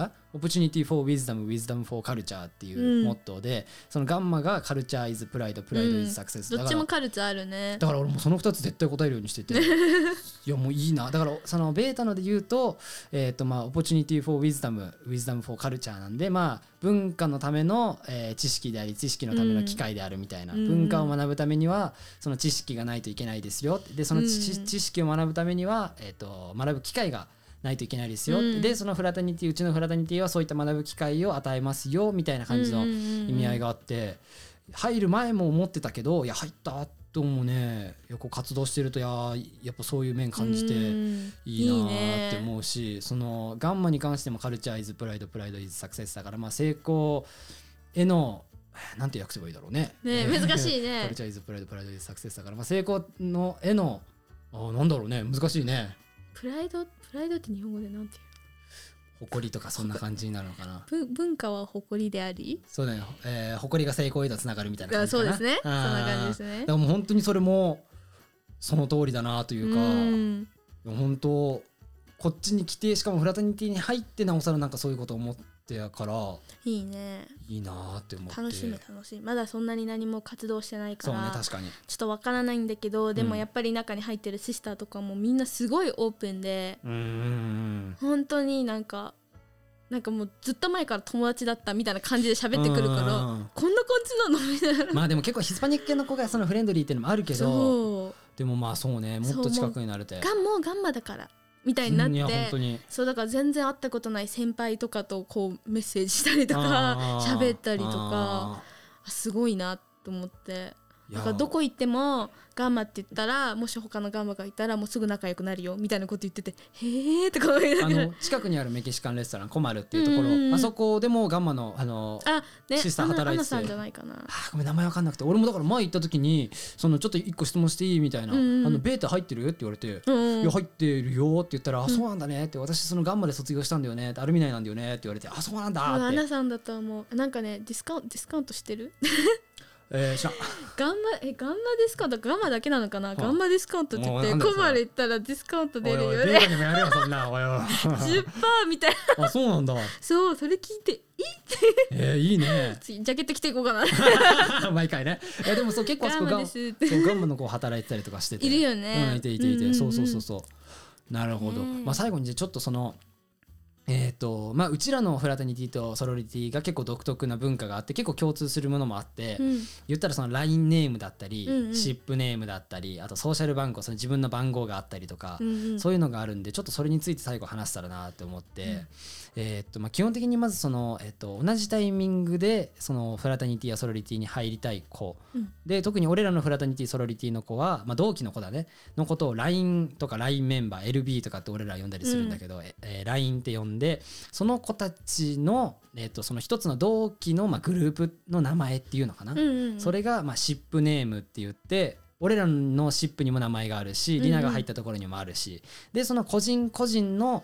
wisdom, wisdom for culture っていうモットーで、そのガンマが culture is pride, pride is success、 どっちもカルチャーあるね。 だから俺もその2つ絶対答えるようにしてていやもういいな。だからそのベータので言うと、opportunity for wisdom, wisdom for culture なんで、文化のための、知識であり知識のための機会であるみたいな、文化を学ぶためにはその知識がないといけないですよ。でその知識を学ぶためには、学ぶ機会がないといけないですよ、でそのフラタニティ、うちのフラタニティはそういった学ぶ機会を与えますよみたいな感じの意味合いがあって、入る前も思ってたけど、いや入った後もね、こう活動してるとやっぱそういう面感じていいなって思うし、そのガンマに関してもカルチャーイズプライド、プライドイズサクセスだから、成功へのなんて訳せばいいだろうね。 難しいね。 カルチャーイズプライド、プライドイズサクセスだから、成功のへのなんだろうね、難しいね。 プライドって日本語でなんていう？ 誇りとかそんな感じになるのかな。 文化は誇りであり、 そうだよ、誇りが成功へとつながるみたいな感じかな。 そうですね、そんな感じですね。 だからもう本当にそれもその通りだなというか、本当こっちに来て、しかもフラタニティに入ってなおさらなんかそういうことを思ってやから、 いいね、 いいなって思って。 楽しみ。まだそんなに何も活動してないから、 そうね、確かにちょっとわからないんだけど、でもやっぱり中に入ってるシスターとかもみんなすごいオープンで、本当になんかもうずっと前から友達だったみたいな感じで喋ってくるから、こんな感じなのみたいな。 でも結構ヒスパニック系の子がそのフレンドリーっていうのもあるけど、でもそうね、もっと近くになれて、 もうガンマだからみたいになって、 いや本当にそうだから全然会ったことない先輩とかとこうメッセージしたりとか喋ったりとか、すごいなと思って、だからどこ行ってもガンマって言ったら、もし他のガンマがいたらもうすぐ仲良くなるよみたいなこと言ってて、へーってこう近くにあるメキシカンレストランコマルっていうところ、あそこでもガンマのシスター働いてて、アナさんじゃないかな、 ごめん名前わかんなくて、俺もだから前行った時にちょっと一個質問していいみたいな、ベータ入ってるって言われて、いや入ってるよって言ったら、そうなんだねって、私そのガンマで卒業したんだよねって、アルミナイなんだよねって言われて、そうなんだって。 アナさんだと思う。なんかね、ディスカウントしてる知らん。 ガンマディスカウント、ガンマだけなのかな、ガンマディスカウントって言ってコマル行ったらディスカウント出るよね。 データにもやるよそんなおい 10% みたいな。 そうなんだ。 そう、それ聞いていいね。 次ジャケット着ていこうかな毎回ね。でも結構あそこガンマの子働いてたりとかしてて、 いるよね。 いて、そうなるほど。最後にちょっとそのうちらのフラタニティとソロリティが結構独特な文化があって、結構共通するものもあって、言ったらその LINE ネームだったり、シップネームだったり、あとソーシャル番号、その自分の番号があったりとか、そういうのがあるんで、ちょっとそれについて最後話したらなって思って、基本的にまずその、同じタイミングでそのフラタニティやソロリティに入りたい子、で特に俺らのフラタニティソロリティの子は、同期の子だねのことを LINE とか LINE メンバー LB とかって俺ら呼んだりするんだけど、LINE って呼んで、その子たちの、その一つの同期の、グループの名前っていうのかな、それが、シップネームって言って、俺らのシップにも名前があるし、リナが入ったところにもあるし、でその個人個人の、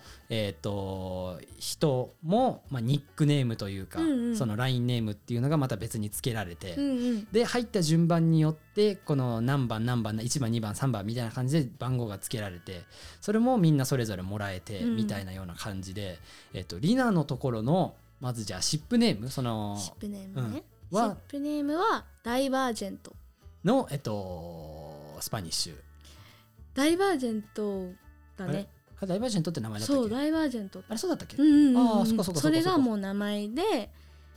人も、ニックネームというか、その LINE ネームっていうのがまた別に付けられて、で入った順番によってこの何番1番2番3番みたいな感じで番号が付けられて、それもみんなそれぞれもらえてみたいなような感じで、リナのところのまずじゃあシップネーム、そのシップネームね、シップネームはダイバージェントの、スパニッシュダイバージェントだね。 ダイバージェントって名前だったっけ？ そう、ダイバージェント。 あれそうだったっけ？ それがもう名前で、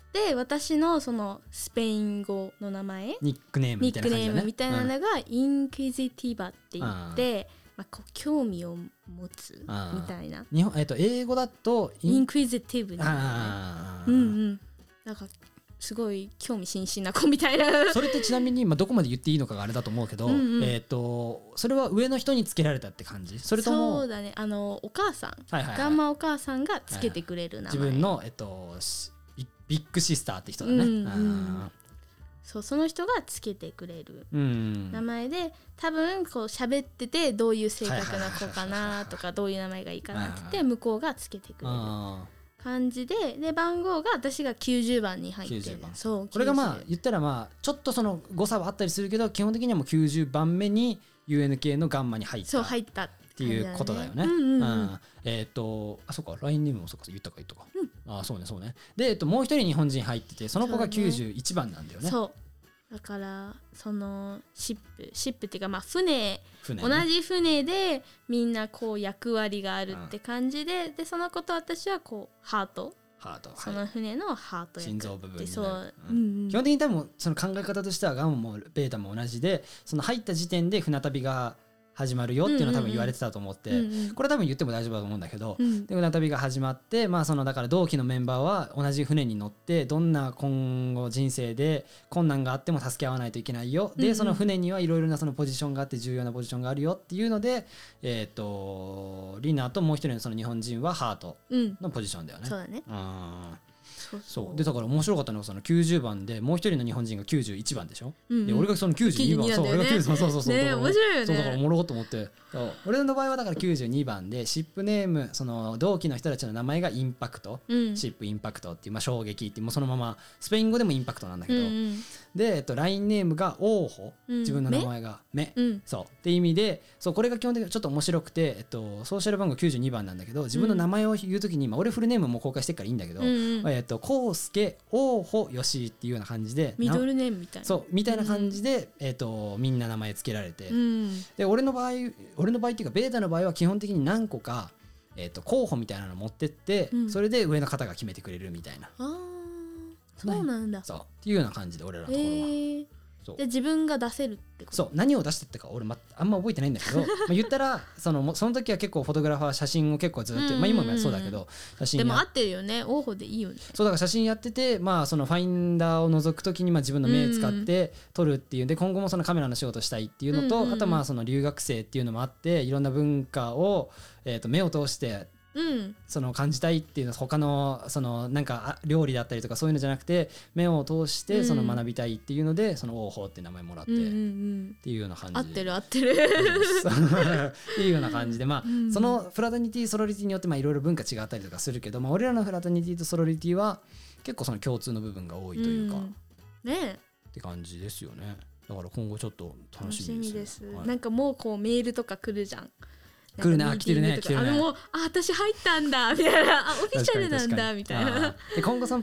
で私のそのスペイン語の名前ニックネームみたいな感じだね。 みたいなのがインクイジティバって言って、こう興味を持つみたいな。 日本英語だとインクイジティブだね。なんかすごい興味津々な子みたいな。 それってちなみに、どこまで言っていいのかがあれだと思うけど、それは上の人につけられたって感じ？それともそうだね、お母さん、ガンマお母さんがつけてくれる名前、 自分の、ビッグシスターって人だね。 その人がつけてくれる名前で、多分こう喋っててどういう性格な子かなとかどういう名前がいいかなって言って向こうがつけてくれる感じで、番号が私が90番に入ってる。 そうこれが言ったらちょっとその誤差はあったりするけど、基本的にはもう90番目に UNK のガンマに入ったっていうことだよね。そっか、LINE ネームもそっか言ったか。そうね。で、もう一人日本人入ってて、その子が91番なんだよね。 そうだからそのシップっていうか船同じ船でみんなこう役割があるって感じで、その子と私はこうハートその船のハート役、 心臓部分になる。基本的に多分その考え方としてはガンマもベータも同じで、その入った時点で船旅が始まるよっていうのは多分言われてたと思って、これ多分言っても大丈夫だと思うんだけど、で船旅が始まって、そのだから同期のメンバーは同じ船に乗って、どんな今後人生で困難があっても助け合わないといけないよ、でその船にはいろいろなそのポジションがあって重要なポジションがあるよっていうので、リナともう一人のその日本人はハートのポジションだよね。 そうだね。 そうでだから面白かったのがその90番でもう一人の日本人が91番でしょ、で俺がその92番、 そう俺が92番、そうね、面白いよね。 そうだからおもろと思って、俺の場合はだから92番で、シップネームその同期の人たちの名前がインパクト、シップインパクトっていう衝撃っていう、もうそのままスペイン語でもインパクトなんだけど、でLINE ネームがオーホ、自分の名前が目、そうって意味で、そうこれが基本的にちょっと面白くて、ソーシャル番号92番なんだけど、自分の名前を言うときに、俺フルネームも公開してるからいいんだけど、コウスケ、オーホ、ヨシっていうような感じで、 ミドルネームみたいな、 そうみたいな感じで、みんな名前つけられて、で俺の場合っていうかベータの場合は基本的に何個か、候補みたいなの持ってって、それで上の方が決めてくれるみたいな。 そうなんだ。 そうっていうような感じで俺らのところは。 で自分が出せるってこと。 そう何を出してったか俺、あんま覚えてないんだけど言ったらその時は結構フォトグラファー写真を結構ずっと、今もそうだけど写真でも合ってるよね、オーホでいいよね。 そうだから写真やってて、そのファインダーを覗くときに自分の目使って撮るっていうで、今後もそのカメラの仕事したいっていうのと、あとその留学生っていうのもあって、いろんな文化を、目を通してその感じたいっていうのは、他のそのなんか料理だったりとかそういうのじゃなくて、目を通してその学びたいっていうので、そのオーホーって名前もらってっていうような感じで、 合ってるっていうような感じで、そのフラタニティソロリティによっていろいろ文化違ったりとかするけど、俺らのフラタニティとソロリティは結構その共通の部分が多いというか、 ねって感じですよね。だから今後ちょっと楽しみです。 なんかもうこうメールとか来るじゃん。 来るね、来てるね。 もう私入ったんだみたいな、オフィシャルなんだみたいな。 で今後その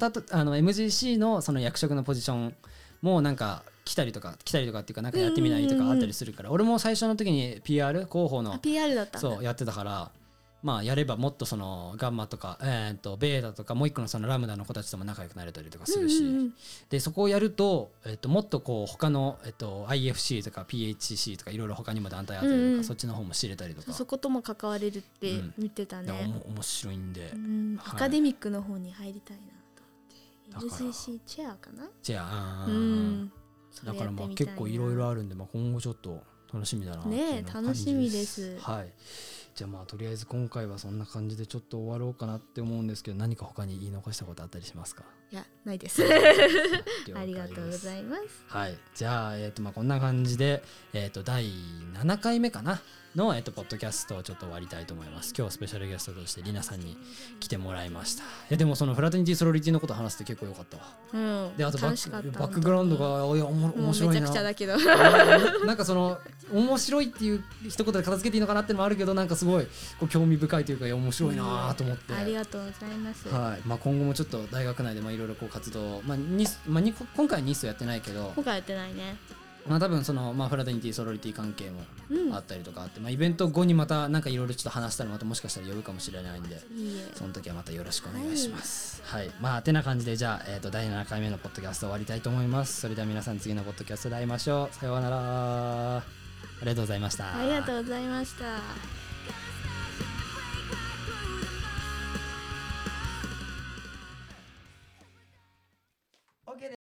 MGC のその役職のポジションもなんか来たりとかっていうか、なんかやってみないとかあったりするから、俺も最初の時に PR 広報の PR だったんだ。 そうやってたから、やればもっとそのガンマとか、ベータとかもう一個のそのラムダの子たちとも仲良くなれたりとかするし、でそこをやると、もっとこう他の、IFC とか PHC とかいろいろ他にも団体あったりとか、そっちの方も知れたりとか、 そことも関われるって見てたね。 面白いんで、 アカデミックの方に入りたいなと思って。LCC チェアかな。 チェア、だから結構いろいろあるんで、今後ちょっと楽しみだなね。楽しみです。 はい。じゃあとりあえず今回はそんな感じでちょっと終わろうかなって思うんですけど、何か他に言い残したことあったりしますか？ いや、ないですありがとうございます。 はい、じゃあ、こんな感じで、第7回目かなの、ポッドキャストをちょっと終わりたいと思います。今日スペシャルゲストとしてリナさんに来てもらいました。でもそのフラテニティソロリティのこと話して結構良かったわ。であとバックグラウンドが面白いな。 めちゃくちゃだけどなんかその面白いっていう一言で片付けていいのかなってのもあるけど、なんかすごいこう興味深いというか面白いなと思って、 ありがとうございます。 はい。今後もちょっと大学内でいろいろこう活動、今回はニストやってないけど、 今回やってないね。 まあ多分その、まあ、フラタニティソロリティ関係もあったりとかあって、まあ、イベント後にまたなんかいろいろちょっと話したらまたもしかしたら呼ぶかもしれないんで、その時はまたよろしくお願いします。はい、まあてな感じでじゃあ、第7回目のポッドキャスト終わりたいと思います。それでは皆さん次のポッドキャストで会いましょう。さようなら。ありがとうございました。 ありがとうございました。